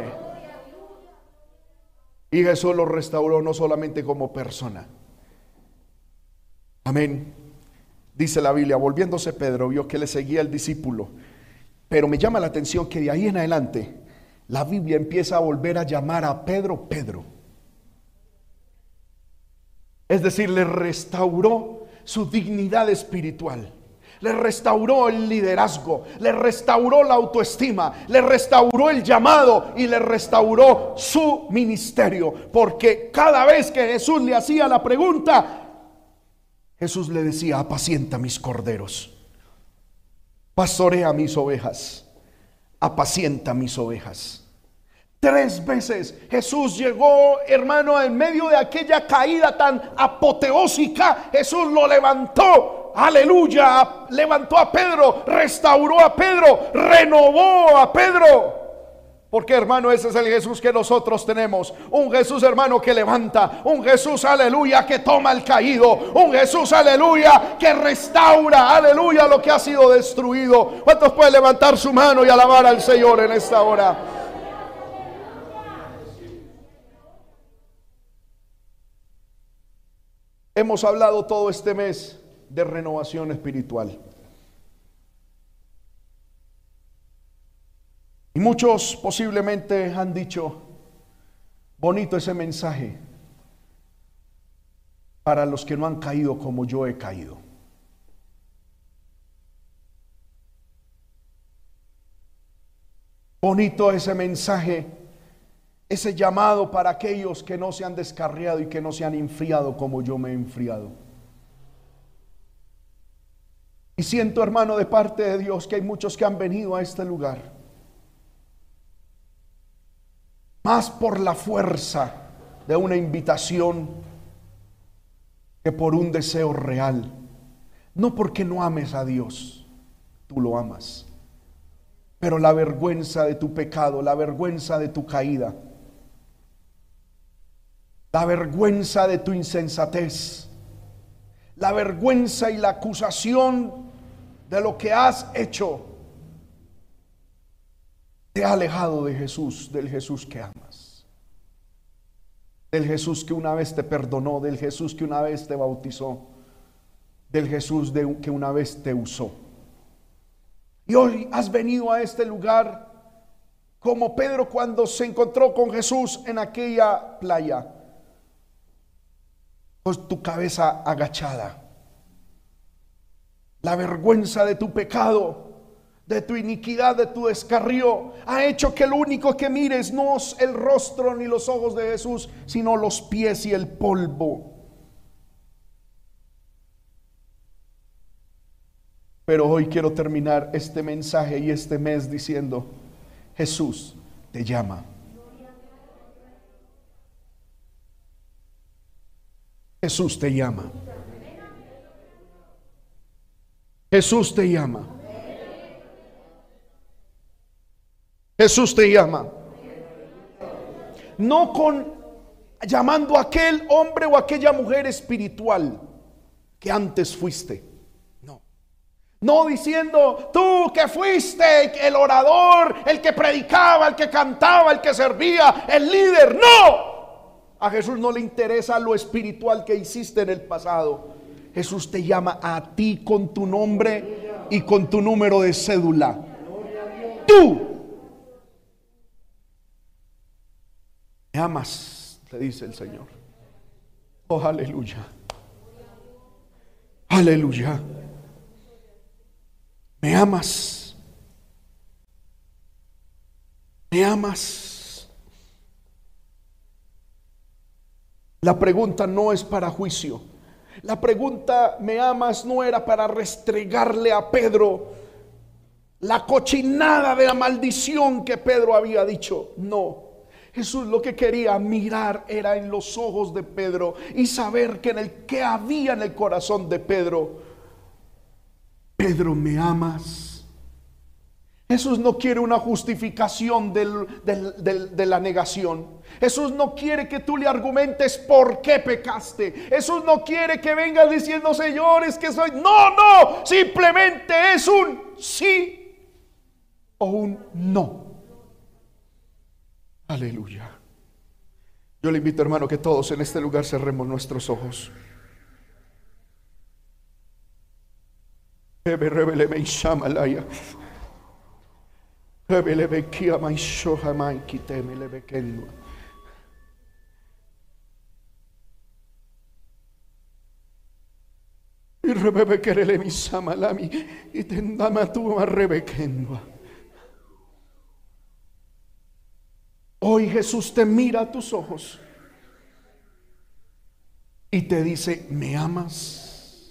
Y Jesús lo restauró no solamente como persona. Amén. Dice la Biblia, volviéndose Pedro, vio que le seguía el discípulo. Pero me llama la atención que de ahí en adelante la Biblia empieza a volver a llamar a Pedro, Pedro. Es decir, le restauró su dignidad espiritual. Le restauró el liderazgo, le restauró la autoestima, le restauró el llamado y le restauró su ministerio. Porque cada vez que Jesús le hacía la pregunta, Jesús le decía, apacienta mis corderos, pastorea mis ovejas, apacienta mis ovejas. Tres veces Jesús llegó, hermano, en medio de aquella caída tan apoteósica, Jesús lo levantó, aleluya, levantó a Pedro, restauró a Pedro, renovó a Pedro. Porque, hermano, ese es el Jesús que nosotros tenemos. Un Jesús, hermano, que levanta. Un Jesús, aleluya, que toma al caído. Un Jesús, aleluya, que restaura, aleluya, lo que ha sido destruido. ¿Cuántos pueden levantar su mano y alabar al Señor en esta hora? Hemos hablado todo este mes de renovación espiritual. Y muchos posiblemente han dicho, bonito ese mensaje para los que no han caído como yo he caído. Bonito ese mensaje, ese llamado para aquellos que no se han descarriado y que no se han enfriado como yo me he enfriado. Y siento, hermano, de parte de Dios que hay muchos que han venido a este lugar más por la fuerza de una invitación que por un deseo real. No porque no ames a Dios, tú lo amas, pero la vergüenza de tu pecado, la vergüenza de tu caída, la vergüenza de tu insensatez, la vergüenza y la acusación de lo que has hecho, te ha alejado de Jesús, del Jesús que amas, del Jesús que una vez te perdonó, del Jesús que una vez te bautizó, del Jesús de, que una vez te usó. Y hoy has venido a este lugar como Pedro cuando se encontró con Jesús en aquella playa, con tu cabeza agachada. La vergüenza de tu pecado, de tu iniquidad, de tu descarrío, ha hecho que lo único que mires no es el rostro ni los ojos de Jesús, sino los pies y el polvo. Pero hoy quiero terminar este mensaje y este mes diciendo, Jesús te llama. Jesús te llama. Jesús te llama. Jesús te llama. No con llamando a aquel hombre o aquella mujer espiritual que antes fuiste. No. No diciendo tú que fuiste el orador, el que predicaba, el que cantaba, el que servía, el líder. No. A Jesús no le interesa lo espiritual que hiciste en el pasado. Jesús te llama a ti con tu nombre y con tu número de cédula. Tú me amas, te dice el Señor. Oh, aleluya. Aleluya. Me amas. Me amas. La pregunta no es para juicio. La pregunta, ¿me amas?, no era para restregarle a Pedro la cochinada de la maldición que Pedro había dicho. No. Jesús lo que quería mirar era en los ojos de Pedro y saber que en el que había en el corazón de Pedro. Pedro, ¿me amas? Jesús no quiere una justificación del, del, del, de la negación. Jesús no quiere que tú le argumentes por qué pecaste. Jesús no quiere que vengas diciendo, Señor, es que soy. No, no, simplemente es un sí o un no. Aleluya. Yo le invito, hermano, que todos en este lugar cerremos nuestros ojos. Y rebebe querele mi samalami y tendama tu arrebequendo. Hoy Jesús te mira a tus ojos y te dice, ¿me amas?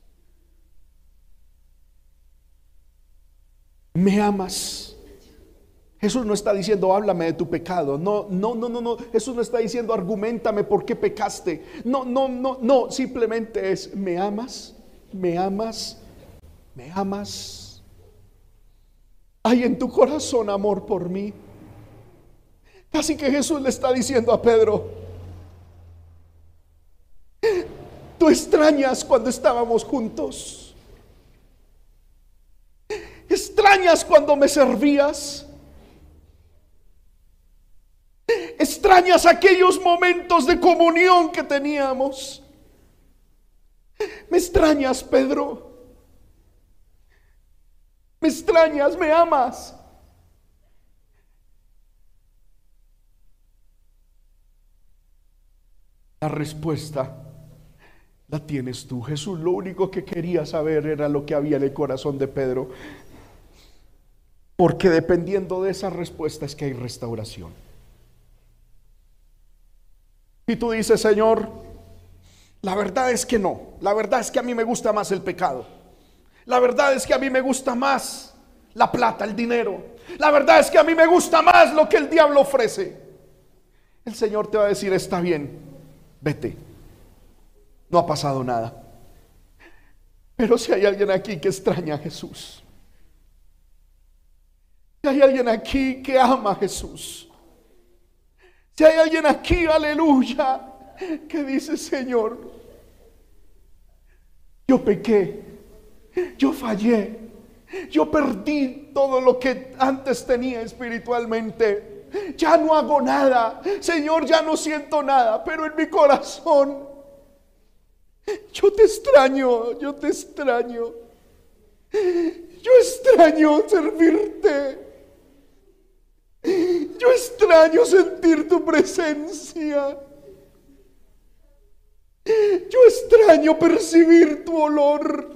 ¿Me amas? Jesús no está diciendo, háblame de tu pecado. No, no, no, no, no. Jesús no está diciendo, argumentame por qué pecaste. No, no, no, no. Simplemente es, ¿me amas? ¿Me amas? ¿Me amas? ¿Hay en tu corazón amor por mí? Así que Jesús le está diciendo a Pedro: tú extrañas cuando estábamos juntos, extrañas cuando me servías, extrañas aquellos momentos de comunión que teníamos. Me extrañas, Pedro. Me extrañas, me amas. La respuesta la tienes tú. Jesús lo único que quería saber era lo que había en el corazón de Pedro, porque dependiendo de esa respuesta es que hay restauración. Y tú dices: Señor, la verdad es que no, la verdad es que a mí me gusta más el pecado, la verdad es que a mí me gusta más la plata, el dinero, la verdad es que a mí me gusta más lo que el diablo ofrece. El Señor te va a decir: está bien, vete, no ha pasado nada. Pero si hay alguien aquí que extraña a Jesús, si hay alguien aquí que ama a Jesús, si hay alguien aquí, aleluya, que dice: Señor, yo pequé, yo fallé, yo perdí todo lo que antes tenía espiritualmente, ya no hago nada, Señor, ya no siento nada, pero en mi corazón yo te extraño, yo te extraño, yo extraño servirte, yo extraño sentir tu presencia, yo extraño percibir tu olor.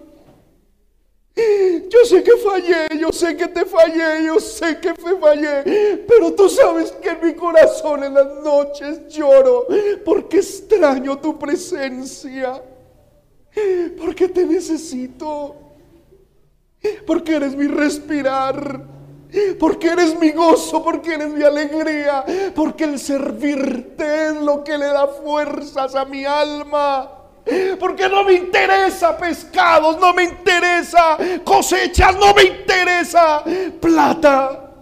Yo sé que fallé, yo sé que te fallé, yo sé que te fallé, pero tú sabes que en mi corazón en las noches lloro porque extraño tu presencia, porque te necesito, porque eres mi respirar, porque eres mi gozo, porque eres mi alegría, porque el servirte es lo que le da fuerzas a mi alma. Porque no me interesa pescados, no me interesa cosechas, no me interesa plata,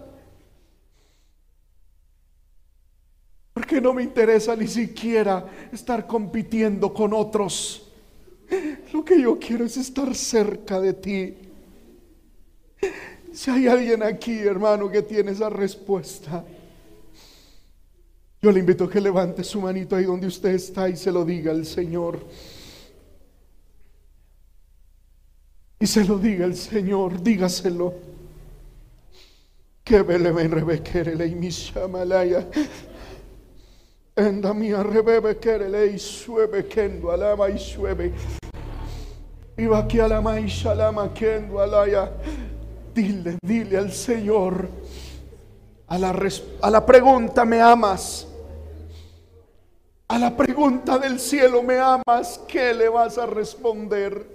porque no me interesa ni siquiera estar compitiendo con otros. Lo que yo quiero es estar cerca de ti. Si hay alguien aquí, hermano, que tiene esa respuesta, yo le invito a que levante su manito ahí donde usted está y se lo diga al Señor. Y se lo diga al Señor, dígaselo. Que vele ven rebequerele y mi shamalaya. Enda mía rebequerele y suebe kendo alama y suebe. Y va aquí alama y shalama kendo alaya. Dile, dile al Señor. A la, res, a la pregunta: ¿me amas? A la pregunta del cielo: ¿me amas? ¿Qué le vas a responder?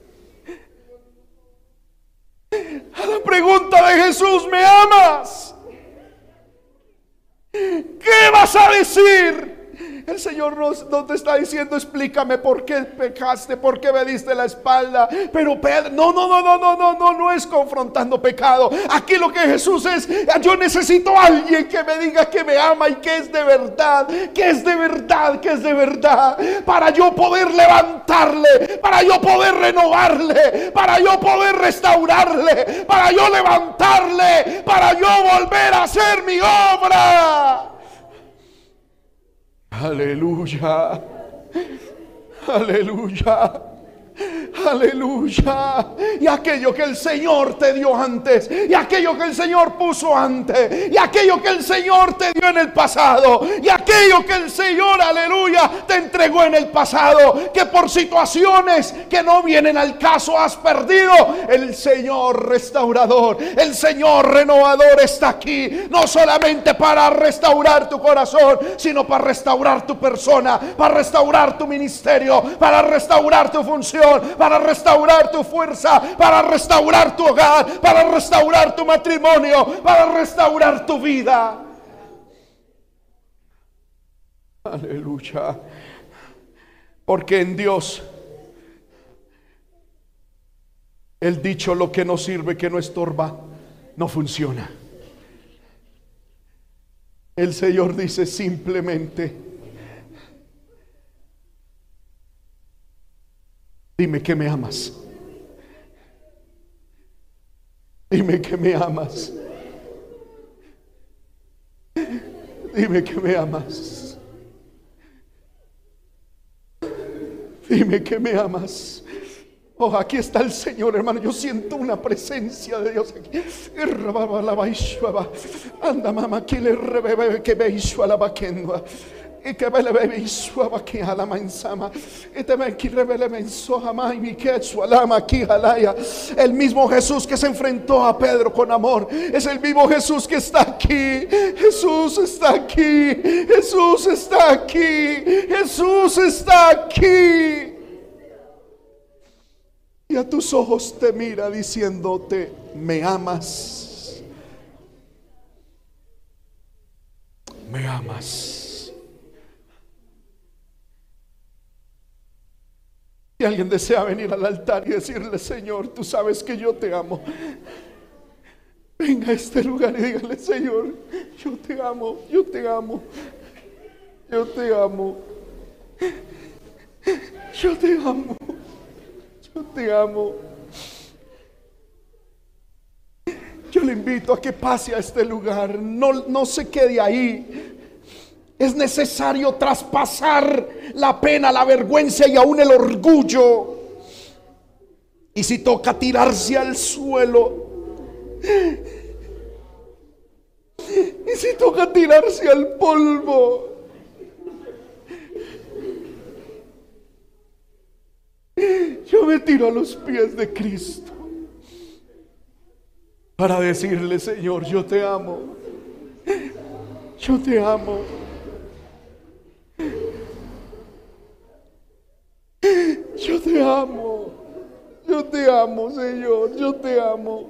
A la pregunta de Jesús: ¿me amas? ¿Qué vas a decir? El Señor nos, nos está diciendo: explícame por qué pecaste, por qué me diste la espalda. Pero Pedro, no, no, no, no, no, no, no, no es confrontando pecado. Aquí lo que Jesús es: yo necesito a alguien que me diga que me ama y que es de verdad, que es de verdad, que es de verdad, para yo poder levantarle, para yo poder renovarle, para yo poder restaurarle, para yo levantarle, para yo volver a hacer mi obra. Aleluya, aleluya, aleluya. Y aquello que el Señor te dio antes, y aquello que el Señor puso antes, y aquello que el Señor te dio en el pasado, y aquello que el Señor, aleluya, te entregó en el pasado, que por situaciones que no vienen al caso has perdido. El Señor restaurador, el Señor renovador está aquí, no solamente para restaurar tu corazón, sino para restaurar tu persona, para restaurar tu ministerio, para restaurar tu función, para restaurar tu fuerza, para restaurar tu hogar, para restaurar tu matrimonio, para restaurar tu vida. Aleluya. Porque en Dios el dicho: lo que no sirve, que no estorba, no funciona. El Señor dice simplemente: dime que me amas. Dime que me amas. Dime que me amas. Dime que me amas. Oh, aquí está el Señor, hermano. Yo siento una presencia de Dios aquí. Anda, mamá, que le rebebe que veis a la vaquenda. Y que vele bebe suava que a la mansama. Y te ven que revele menso jamás mi que su alama aquí jalaya. El mismo Jesús que se enfrentó a Pedro con amor es el mismo Jesús que está aquí. Jesús está aquí. Jesús está aquí. Jesús está aquí. Y a tus ojos te mira diciéndote: me amas. Me amas. Si alguien desea venir al altar y decirle: Señor, tú sabes que yo te amo, venga a este lugar y dígale: Señor, yo te amo, yo te amo, yo te amo, yo te amo, yo te amo. Yo le invito a que pase a este lugar, no, no se quede ahí. Es necesario traspasar la pena, la vergüenza y aún el orgullo. Y si toca tirarse al suelo, y si toca tirarse al polvo, yo me tiro a los pies de Cristo para decirle: Señor, yo te amo, yo te amo. Yo te amo, yo te amo, Señor, yo te amo.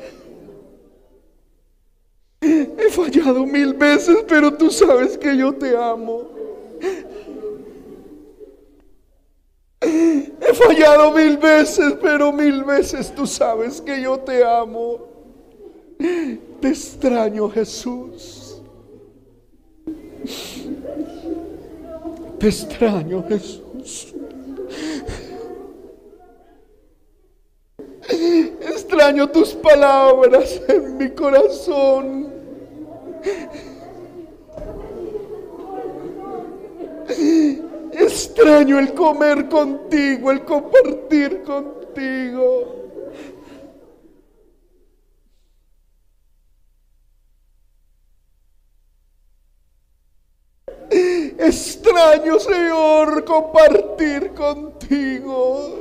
He fallado mil veces, pero tú sabes que yo te amo. He fallado mil veces, pero mil veces tú sabes que yo te amo. Te extraño, Jesús. Te extraño, Jesús. Extraño tus palabras en mi corazón. Extraño el comer contigo, el compartir contigo. Extraño, Señor, compartir contigo.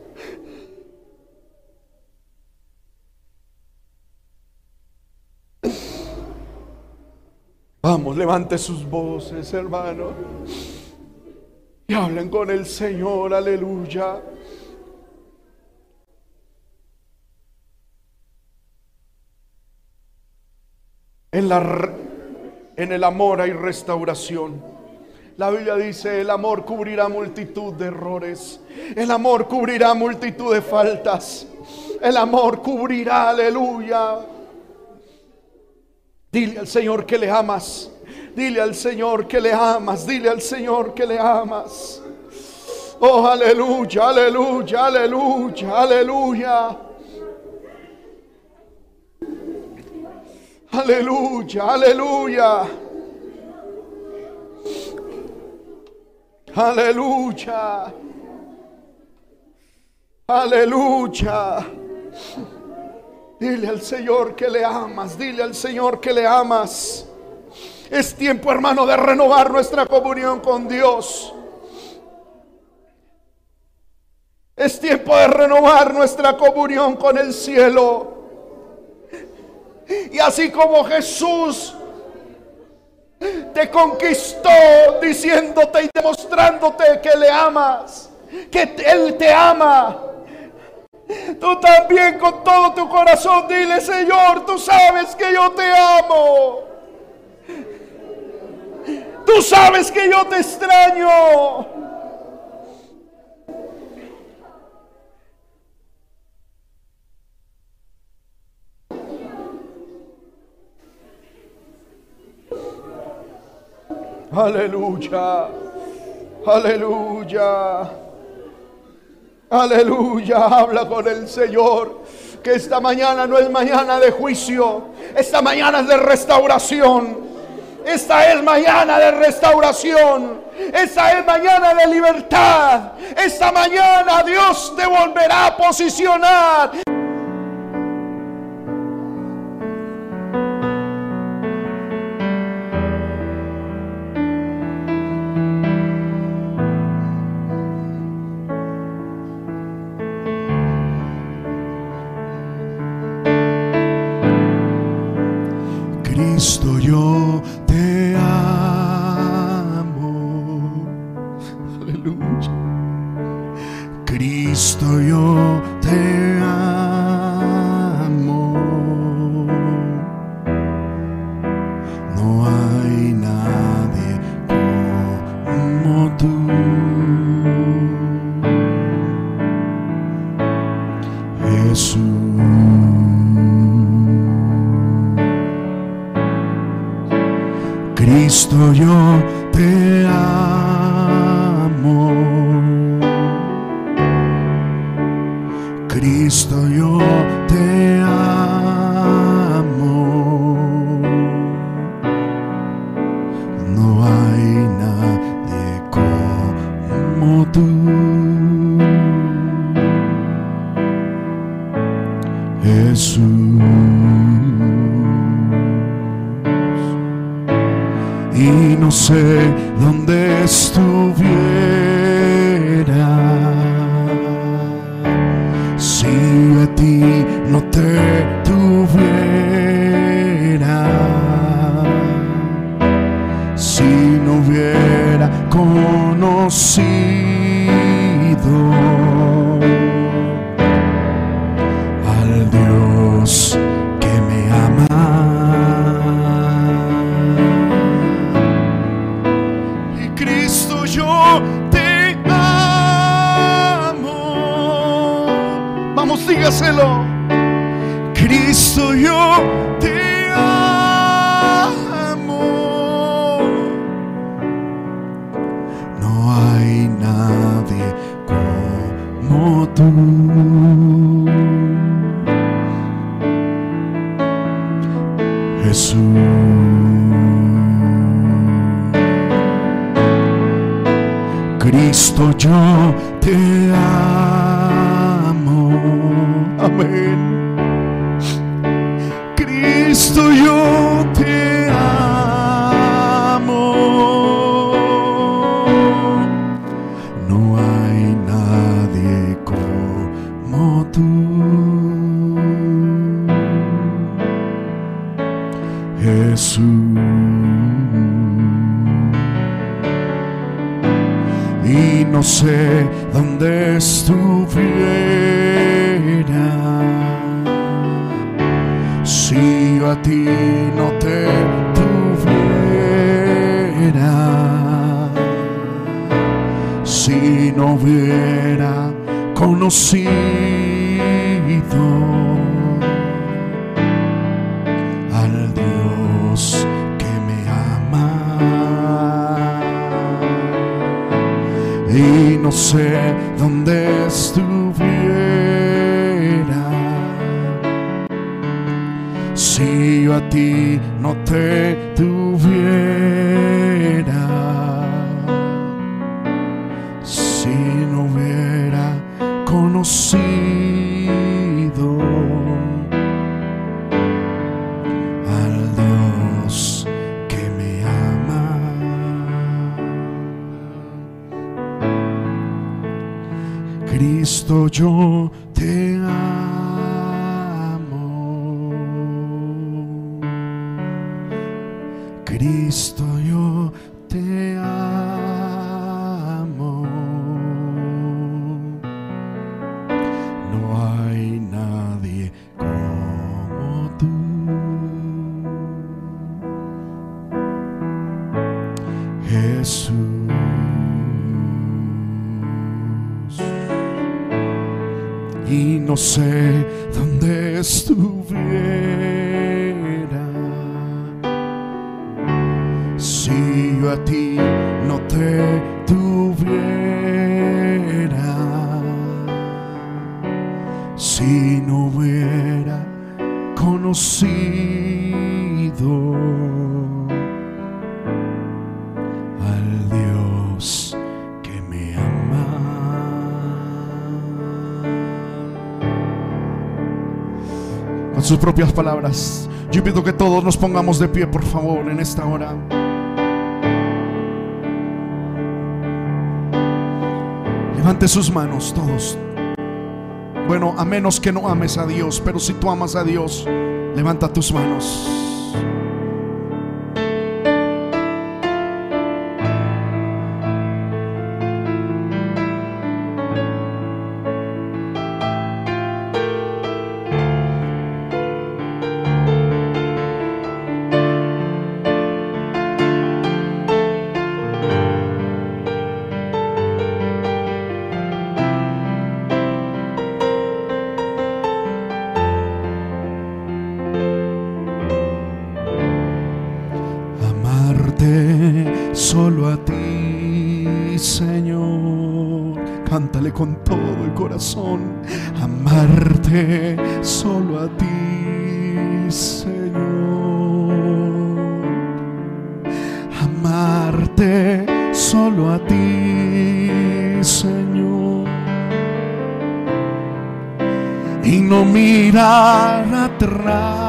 Vamos, levante sus voces, hermano, y hablen con el Señor. Aleluya. En, la, en el amor hay restauración. La Biblia dice: el amor cubrirá multitud de errores. El amor cubrirá multitud de faltas. El amor cubrirá, aleluya. Dile al Señor que le amas. Dile al Señor que le amas. Dile al Señor que le amas. Oh, aleluya, aleluya, aleluya, aleluya. Aleluya, aleluya. Aleluya. Aleluya. Dile al Señor que le amas. Dile al Señor que le amas. Es tiempo, hermano, de renovar nuestra comunión con Dios. Es tiempo de renovar nuestra comunión con el cielo. Y así como Jesús te conquistó diciéndote y demostrándote que le amas, que Él te ama, tú también con todo tu corazón dile: Señor, tú sabes que yo te amo. Tú sabes que yo te extraño. Aleluya. Aleluya. Aleluya. Habla con el Señor. Que esta mañana no es mañana de juicio. Esta mañana es de restauración. Esta es mañana de restauración. Esta es mañana de libertad. Esta mañana Dios te volverá a posicionar. Cristo, yo te amo. Aleluya. Cristo, yo te amo. No hay nadie como tú. Jesús. Cristo, yo te amo. Cristo, yo te amo. No hay nadie como tú. Jesús. Y no sé dónde estuviera si a ti no te tuviera, si no hubiera conocido al Dios que me ama. Yo te amo. Vamos, dígaselo. Cristo, yo te amo. No hay nadie como tú. Jesús. Cristo, yo te amo. Amén. Cristo, yo te amo. No hay nadie como tú. Jesús. Y no sé dónde estuviera si yo a ti no te tuviera, si no hubiera conocido al Dios que me ama. Y no sé dónde estuviera si yo a ti no te tuviera, si no hubiera conocido al Dios que me ama. Cristo, yo te amo. Cristo, yo te amo. No hay nadie como tú. Jesús. Y no sé dónde estuviera si yo a a ti no te tuviera, si no hubiera conocido al Dios que me ama. Con sus propias palabras, yo pido que todos nos pongamos de pie, por favor, en esta hora. Levante sus manos todos. Bueno, a menos que no ames a Dios, pero si tú amas a Dios, levanta tus manos. Solo a ti, Señor. Cántale con todo el corazón. Amarte solo a ti, Señor. Amarte solo a ti, Señor. Y no mirar atrás.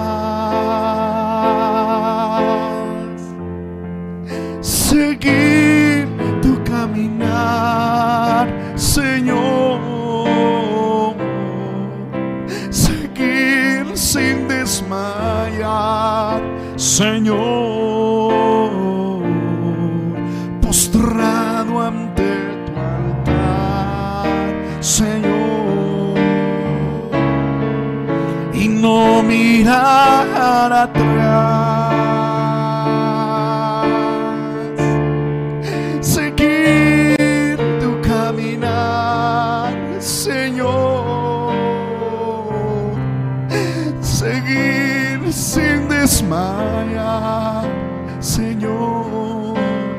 Seguir tu caminar, Señor. Seguir sin desmayar, Señor. Postrado ante tu altar, Señor. Y no mirar atrás. Sin desmayar, Señor.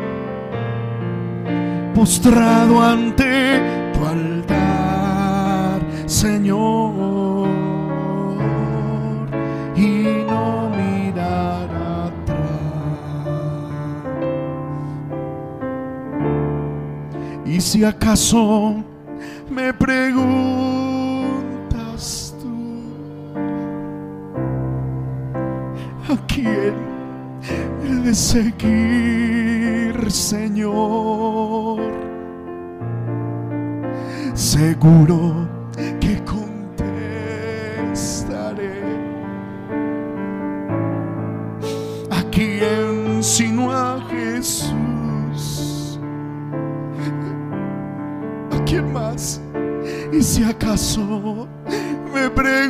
Postrado ante tu altar, Señor. Y no mirar atrás. Y si acaso me preguntas tú, ¿a quién he de seguir, Señor? Seguro que contestaré: ¿a quién sino a Jesús? ¿A quién más? Y si acaso me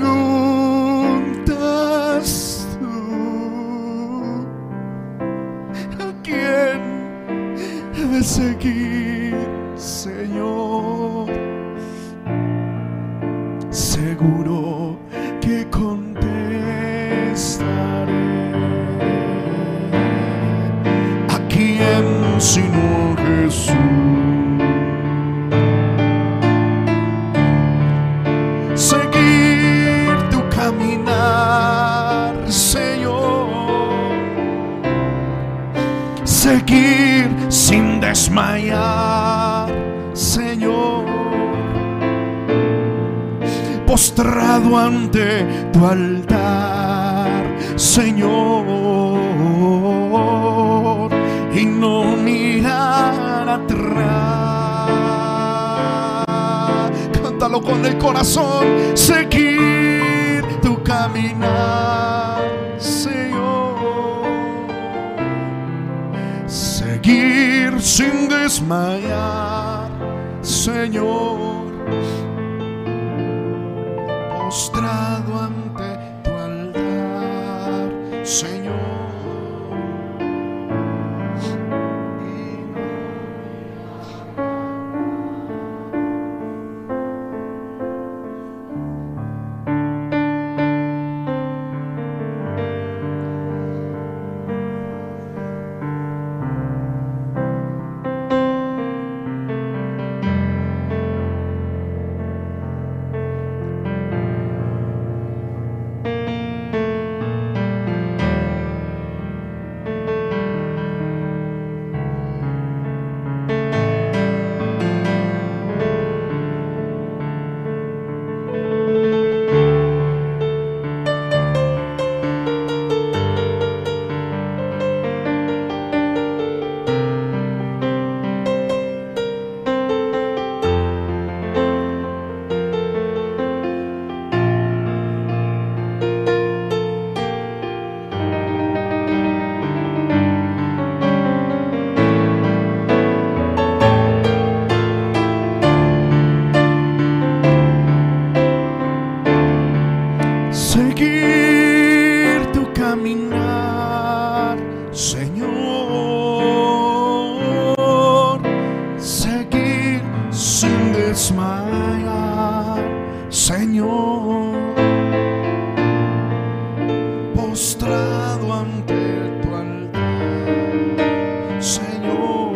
preguntas, de seguir, Señor, seguro que contestaré: ¿a quién sino a Jesús? Seguir tu caminar, Señor. Seguir sin desmayar, Señor. Postrado ante tu altar, Señor. Y no mirar atrás. Cántalo con el corazón. Seguir tu caminar, Señor. Seguir sin desmayar, Señor. Postrado ante tu altar, Señor. postrado ante tu altar, Señor,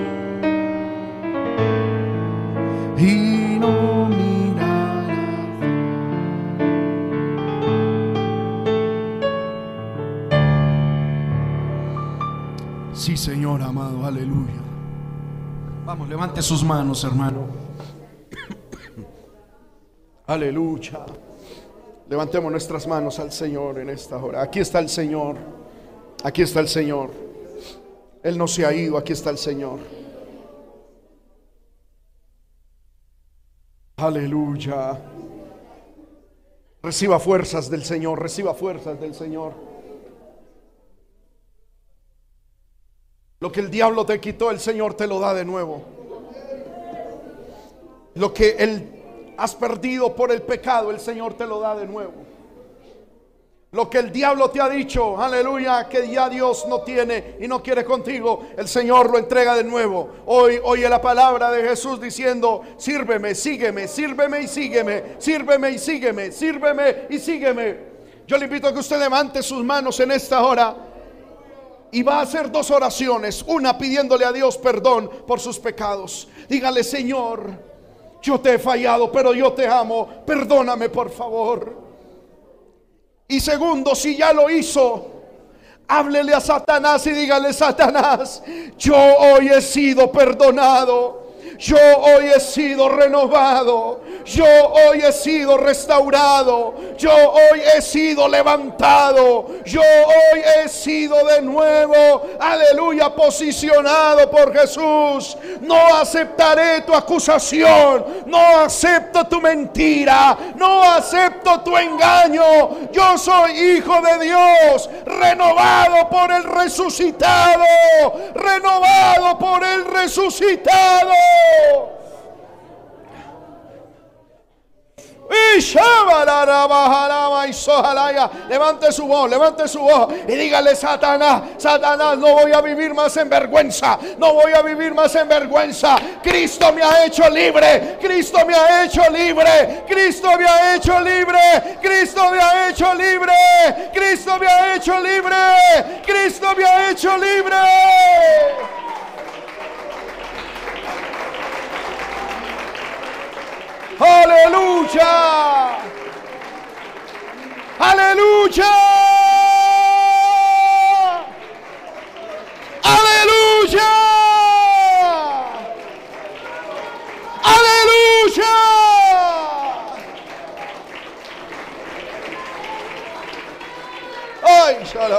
y no mirar. Sí, Señor amado, aleluya. Vamos, levante sus manos, hermano. Aleluya. Levantemos nuestras manos al Señor en esta hora. Aquí está el Señor. Aquí está el Señor. Él no se ha ido. Aquí está el Señor. Aleluya. Reciba fuerzas del Señor. Reciba fuerzas del Señor. Lo que el diablo te quitó, el Señor te lo da de nuevo. Lo que el has perdido por el pecado, el Señor te lo da de nuevo. Lo que el diablo te ha dicho, aleluya, que ya Dios no tiene y no quiere contigo, el Señor lo entrega de nuevo. Hoy oye la palabra de Jesús diciendo: sírveme, sígueme, sírveme y sígueme, sírveme y sígueme, sírveme y sígueme. Yo le invito a que usted levante sus manos en esta hora y va a hacer dos oraciones. Una, pidiéndole a Dios perdón por sus pecados. Dígale: Señor, yo te he fallado, pero yo te amo, perdóname por favor. Y segundo, si ya lo hizo, háblele a Satanás y dígale: Satanás, yo hoy he sido perdonado, yo hoy he sido renovado, yo hoy he sido restaurado, yo hoy he sido levantado, yo hoy he sido de nuevo, aleluya, posicionado por Jesús. No aceptaré tu acusación, no acepto tu mentira, no acepto tu engaño. Yo soy hijo de Dios, renovado por el resucitado, renovado por el resucitado. Levante su voz, levante su voz y dígale: Satanás, Satanás, no voy a vivir más en vergüenza, no voy a vivir más en vergüenza. Cristo me ha hecho libre, Cristo me ha hecho libre, Cristo me ha hecho libre, Cristo me ha hecho libre, Cristo me ha hecho libre, Cristo me ha hecho libre. Aleluya, aleluya, aleluya, aleluya. Ay,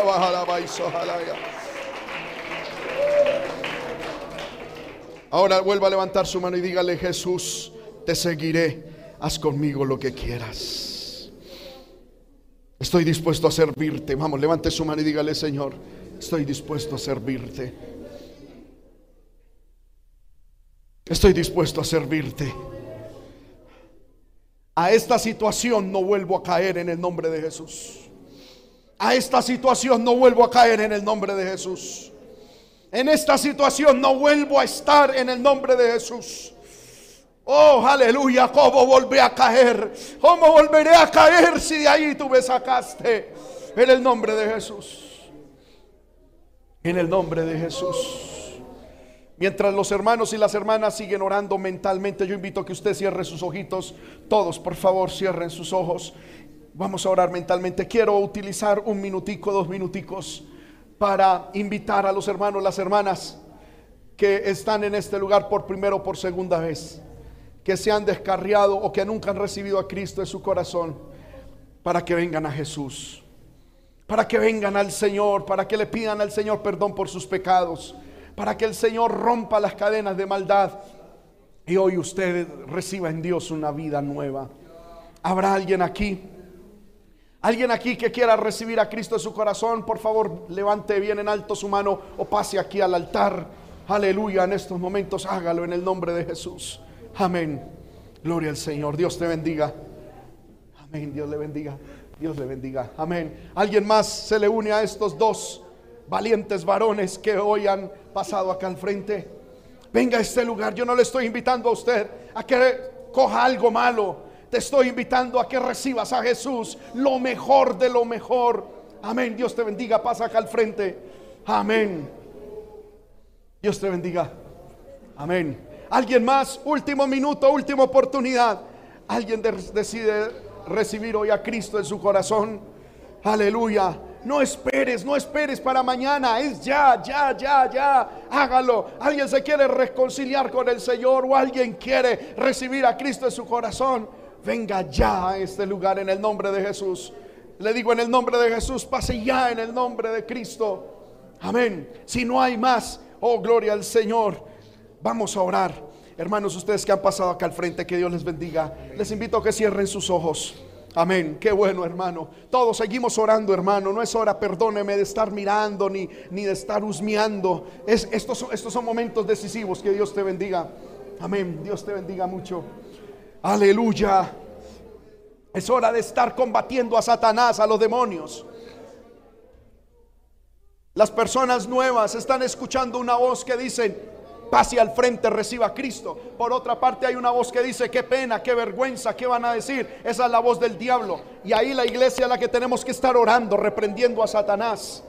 ahora vuelva a levantar su mano y dígale: Jesús, te seguiré, haz conmigo lo que quieras. Estoy dispuesto a servirte. Vamos, levante su mano y dígale: Señor, estoy dispuesto a servirte. Estoy dispuesto a servirte. A esta situación no vuelvo a caer en el nombre de Jesús. A esta situación no vuelvo a caer en el nombre de Jesús. En esta situación no vuelvo a estar en el nombre de Jesús. Oh, aleluya. ¿Cómo volví a caer? ¿Cómo volveré a caer si de ahí tú me sacaste? En el nombre de Jesús. En el nombre de Jesús. Mientras los hermanos y las hermanas siguen orando mentalmente, yo invito a que usted cierre sus ojitos. Todos, por favor, cierren sus ojos. Vamos a orar mentalmente. Quiero utilizar un minutico, dos minuticos para invitar a los hermanos, las hermanas que están en este lugar por primera o por segunda vez, que se han descarriado o que nunca han recibido a Cristo en su corazón, para que vengan a Jesús, para que vengan al Señor, para que le pidan al Señor perdón por sus pecados, para que el Señor rompa las cadenas de maldad y hoy usted reciba en Dios una vida nueva. ¿Habrá alguien aquí? ¿Alguien aquí que quiera recibir a Cristo en su corazón? Por favor, levante bien en alto su mano o pase aquí al altar. Aleluya, en estos momentos hágalo en el nombre de Jesús. Amén. Gloria al Señor. Dios te bendiga. Amén. Dios le bendiga. Dios le bendiga. Amén. ¿Alguien más se le une a estos dos valientes varones que hoy han pasado acá al frente? Venga a este lugar. Yo no le estoy invitando a usted a que coja algo malo. Te estoy invitando a que recibas a Jesús, lo mejor de lo mejor. Amén. Dios te bendiga. Pasa acá al frente. Amén. Dios te bendiga. Amén. ¿Alguien más? Último minuto, última oportunidad. ¿Alguien de- decide recibir hoy a Cristo en su corazón? Aleluya. No esperes, no esperes para mañana. Es ya, ya, ya, ya. Hágalo. Alguien se quiere reconciliar con el Señor, o alguien quiere recibir a Cristo en su corazón. Venga ya a este lugar en el nombre de Jesús. Le digo en el nombre de Jesús, pase ya en el nombre de Cristo. Amén. Si no hay más, oh gloria al Señor. Vamos a orar. Hermanos, ustedes que han pasado acá al frente, que Dios les bendiga. Les invito a que cierren sus ojos. Amén, qué bueno, hermano. Todos seguimos orando, hermano. No es hora, perdóneme, de estar mirando ni, ni de estar husmeando. Es, estos, son, estos son momentos decisivos. Que Dios te bendiga. Amén, Dios te bendiga mucho. Aleluya. Es hora de estar combatiendo a Satanás, a los demonios. Las personas nuevas están escuchando una voz que dice: pase al frente, reciba a Cristo. Por otra parte hay una voz que dice: qué pena, qué vergüenza, qué van a decir. Esa es la voz del diablo. Y ahí la iglesia es la que tenemos que estar orando, reprendiendo a Satanás.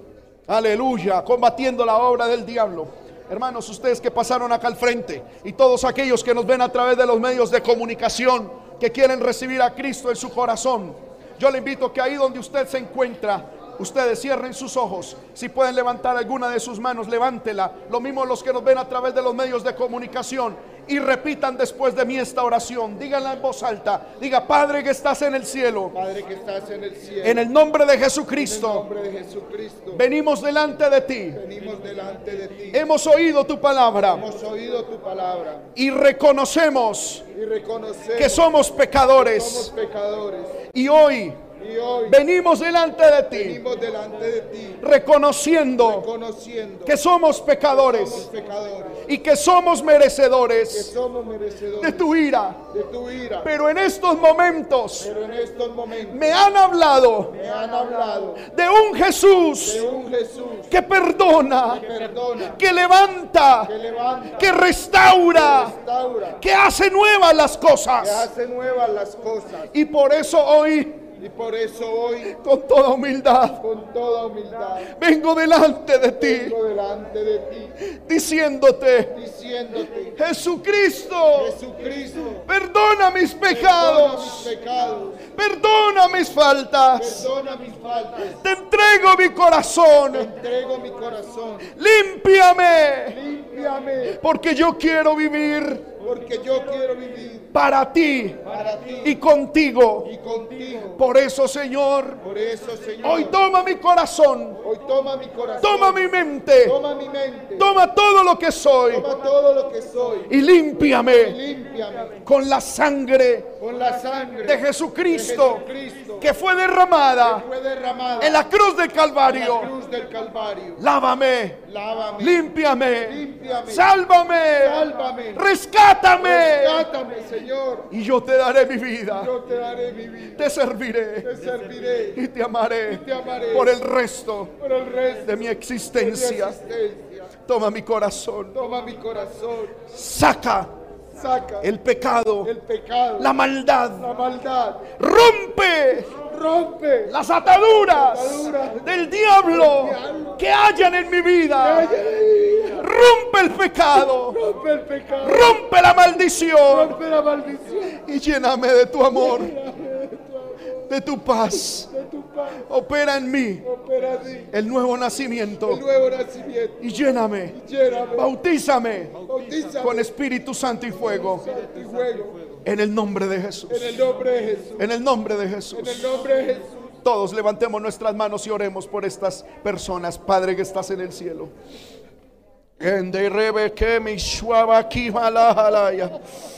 Aleluya, combatiendo la obra del diablo. Hermanos, ustedes que pasaron acá al frente, y todos aquellos que nos ven a través de los medios de comunicación, que quieren recibir a Cristo en su corazón, yo le invito que ahí donde usted se encuentra, ustedes cierren sus ojos. Si pueden levantar alguna de sus manos, levántela. Lo mismo los que nos ven a través de los medios de comunicación. Y repitan después de mí esta oración. Díganla en voz alta. Diga: Padre que estás en el cielo, Padre que estás en el cielo, en el nombre de en el Jesucristo, nombre de Jesucristo, venimos delante de ti. venimos delante de ti. Hemos oído tu palabra Hemos oído tu palabra y reconocemos y reconocemos que somos somos pecadores. pecadores. Y hoy Y hoy venimos delante de ti, venimos delante de ti, reconociendo conociendo que somos somos pecadores pecadores, y que somos que merecedores somos merecedores de tu ira. de tu ira. Pero en estos momentos Pero en estos momentos me han hablado me han hablado de un Jesús de un Jesús que perdona, que perdona, que levanta, que levanta, que restaura, restaura, que hace nuevas las que cosas. hace nuevas las cosas. Y por eso hoy, Y por eso hoy, con toda humildad, con toda humildad, vengo delante de ti, vengo delante de ti, diciéndote: diciéndote: Jesucristo, Jesucristo, perdona mis perdona mis pecados, pecados, perdona mis faltas, perdona mis faltas, te entrego mi te corazón, entrego mi corazón, límpiame, límpiame, porque yo quiero vivir porque yo quiero vivir para ti para ti y contigo. y contigo. Por eso, Señor, Por eso, Señor, hoy toma mi corazón, hoy toma mi corazón, toma mi mente, toma mi mente, toma todo lo que soy toma todo lo que soy y límpiame límpiame con la sangre con la sangre de Jesucristo, de Jesucristo, que fue derramada fue derramada en la cruz del en la Calvario. cruz del Calvario. Lávame, Lávame, límpiame, límpiame, sálvame, sálvame, rescátame, rescátame, Señor. y yo te daré mi vida, Yo te daré mi vida, te serviré te serviré y te amaré y te amaré por el resto por el resto de mi de mi existencia. existencia. Toma mi corazón, Toma mi corazón, saca saca el pecado, el pecado, la maldad, la maldad, rompe rompe las ataduras ataduras del diablo que hayan en mi vida. Rompe el pecado, rompe el pecado, rompe la maldición rompe la maldición, y lléname de tu amor, de tu paz. de tu paz, Opera en mí opera en mí el nuevo nacimiento el nuevo nacimiento, y lléname, lléname, bautízame bautízame con Espíritu Santo y fuego, y fuego, en el nombre de Jesús, en el nombre de Jesús, en el nombre de en el Jesús. nombre de Jesús. Todos levantemos nuestras manos y oremos por estas personas. Padre que estás en el cielo, Ende rebe que mi shuaba aquí malahalaya.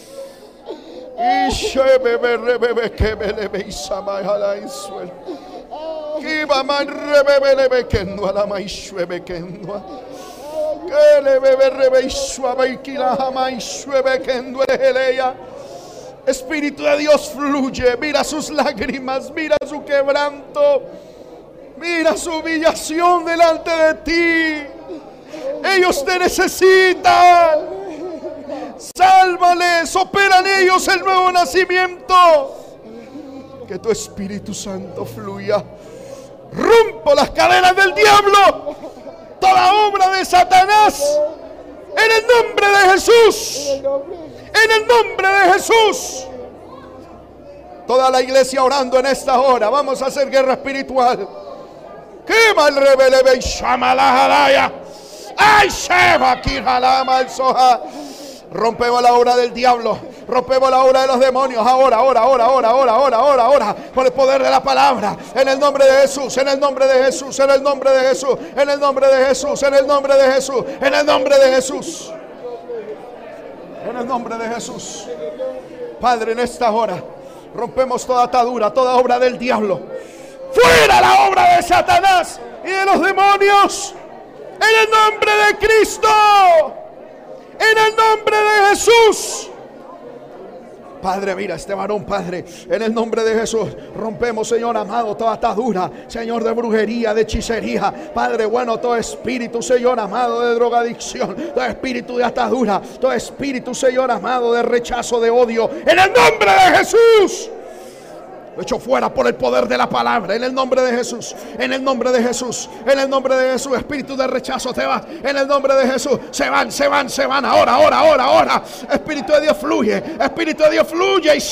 Y shebe rebe que belebe isama halaiswel. Kiba man rebe lebe kendo ala mai shwebe kendo. Que le bebe rebe ishuaba y kila jamai shwebe kendo eleya. Espíritu de Dios fluye, mira sus lágrimas, mira su quebranto, mira su humillación delante de ti. Ellos te necesitan. Sálvales, opera en ellos el nuevo nacimiento. Que tu Espíritu Santo fluya. Rompo las cadenas del diablo, toda obra de Satanás, en el nombre de Jesús, en el nombre de Jesús. Toda la iglesia orando en esta hora. Vamos a hacer guerra espiritual. Quema el rebelde y llama la jalaya. Ay, Sheba, aquí jalama el soja. Rompemos la obra del diablo, rompemos la obra de los demonios. Ahora, ahora, ahora, ahora, ahora, ahora, ahora, ahora, por el poder de la palabra. En el nombre de Jesús, en el nombre de Jesús, en el nombre de Jesús, en el nombre de Jesús, en el nombre de Jesús, en el nombre de Jesús. En el nombre de Jesús. Padre, en esta hora rompemos toda atadura, toda obra del diablo. Fuera la obra de Satanás y de los demonios. En el nombre de Cristo. En el nombre de Jesús. Padre, mira este varón, Padre, en el nombre de Jesús, rompemos, Señor amado, toda atadura, Señor, de brujería, de hechicería, Padre bueno, todo espíritu, Señor amado, de drogadicción, todo espíritu de atadura, todo espíritu, Señor amado, de rechazo, de odio, en el nombre de Jesús. Lo echo fuera por el poder de la palabra. En el nombre de Jesús. En el nombre de Jesús. En el nombre de Jesús. Espíritu de rechazo, te vas. En el nombre de Jesús. Se van, se van, se van. Ahora, ahora, ahora, ahora. Espíritu de Dios fluye. Espíritu de Dios fluye. Y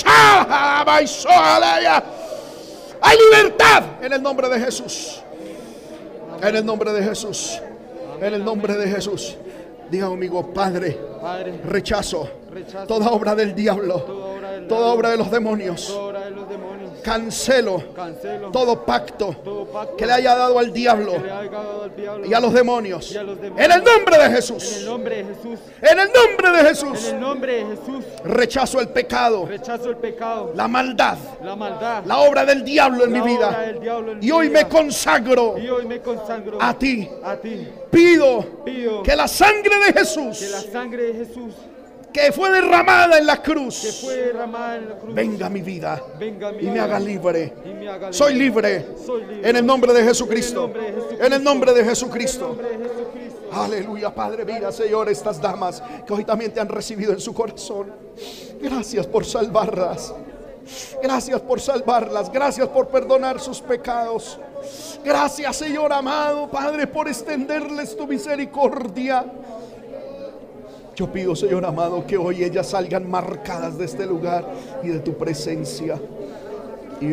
hay libertad. En el nombre de Jesús. En el nombre de Jesús. En el nombre de Jesús. Diga conmigo, Padre, Padre rechazo, rechazo toda obra del diablo, toda obra, del toda obra de los demonios. Toda obra de los demonios. Cancelo, Cancelo todo, pacto todo pacto que le haya dado al diablo, dado al diablo y, a los demonios, y a los demonios. En el nombre de Jesús. En el nombre de Jesús. En el nombre de Jesús. En el nombre de Jesús. Rechazo el pecado. Rechazo el pecado. La maldad. La maldad. La obra del diablo en la mi vida. En y, mi hoy vida. Me consagro y hoy me consagro a ti. A ti. Pido, Pido que la sangre de Jesús. Que la sangre de Jesús. Que fue derramada en la cruz, que fue derramada en la cruz venga a mi vida, venga a mi y, me haga libre. y me haga libre. Soy libre, Soy libre. En el nombre de Jesucristo. En el nombre de Jesucristo. Aleluya, Padre. Mira, Señor, estas damas que hoy también te han recibido en su corazón. Gracias por salvarlas. Gracias por salvarlas. Gracias por perdonar sus pecados. Gracias, Señor amado, Padre, por extenderles tu misericordia. Yo pido, Señor amado, que hoy ellas salgan marcadas de este lugar y de tu presencia. Y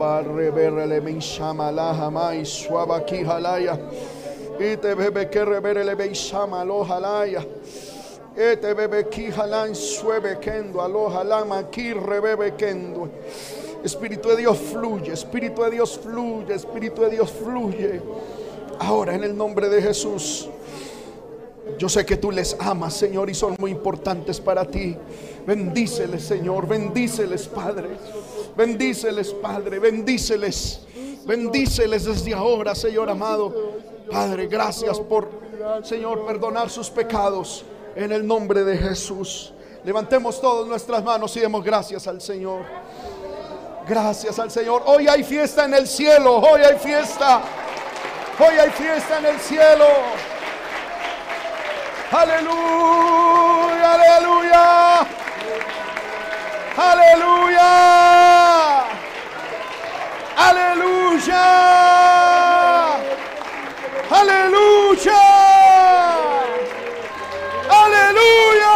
te bebe que reverele me llama alojalaya. Este bebe que jalan suebe kendo alojalama aquí rebebe kendo. Espíritu de Dios fluye, Espíritu de Dios fluye, Espíritu de Dios fluye. Ahora en el nombre de Jesús. Yo sé que tú les amas, Señor, y son muy importantes para ti. Bendíceles, Señor, bendíceles, Padre. Bendíceles, Padre, bendíceles. Bendíceles desde ahora, Señor amado. Padre, gracias por, Señor, perdonar sus pecados. En el nombre de Jesús. Levantemos todas nuestras manos y demos gracias al Señor. Gracias al Señor. Hoy hay fiesta en el cielo. Hoy hay fiesta. Hoy hay fiesta en el cielo. Aleluya, aleluya, aleluya, aleluya, aleluya, aleluya.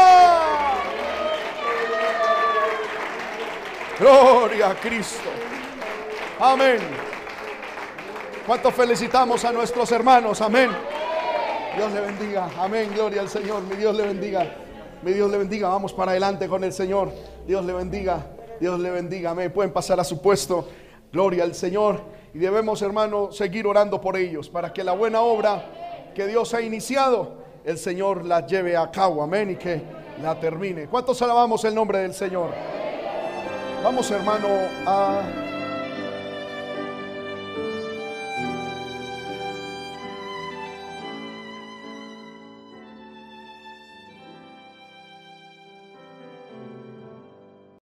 Gloria a Cristo. Amén. ¿Cuánto felicitamos a nuestros hermanos? Amén. Dios le bendiga, amén, gloria al Señor. Mi Dios le bendiga, mi Dios le bendiga. Vamos para adelante con el Señor. Dios le bendiga, Dios le bendiga, amén. Pueden pasar a su puesto, gloria al Señor. Y debemos, hermano, seguir orando por ellos, para que la buena obra que Dios ha iniciado, el Señor la lleve a cabo, amén, y que la termine. ¿Cuántos alabamos el nombre del Señor? Vamos, hermano, a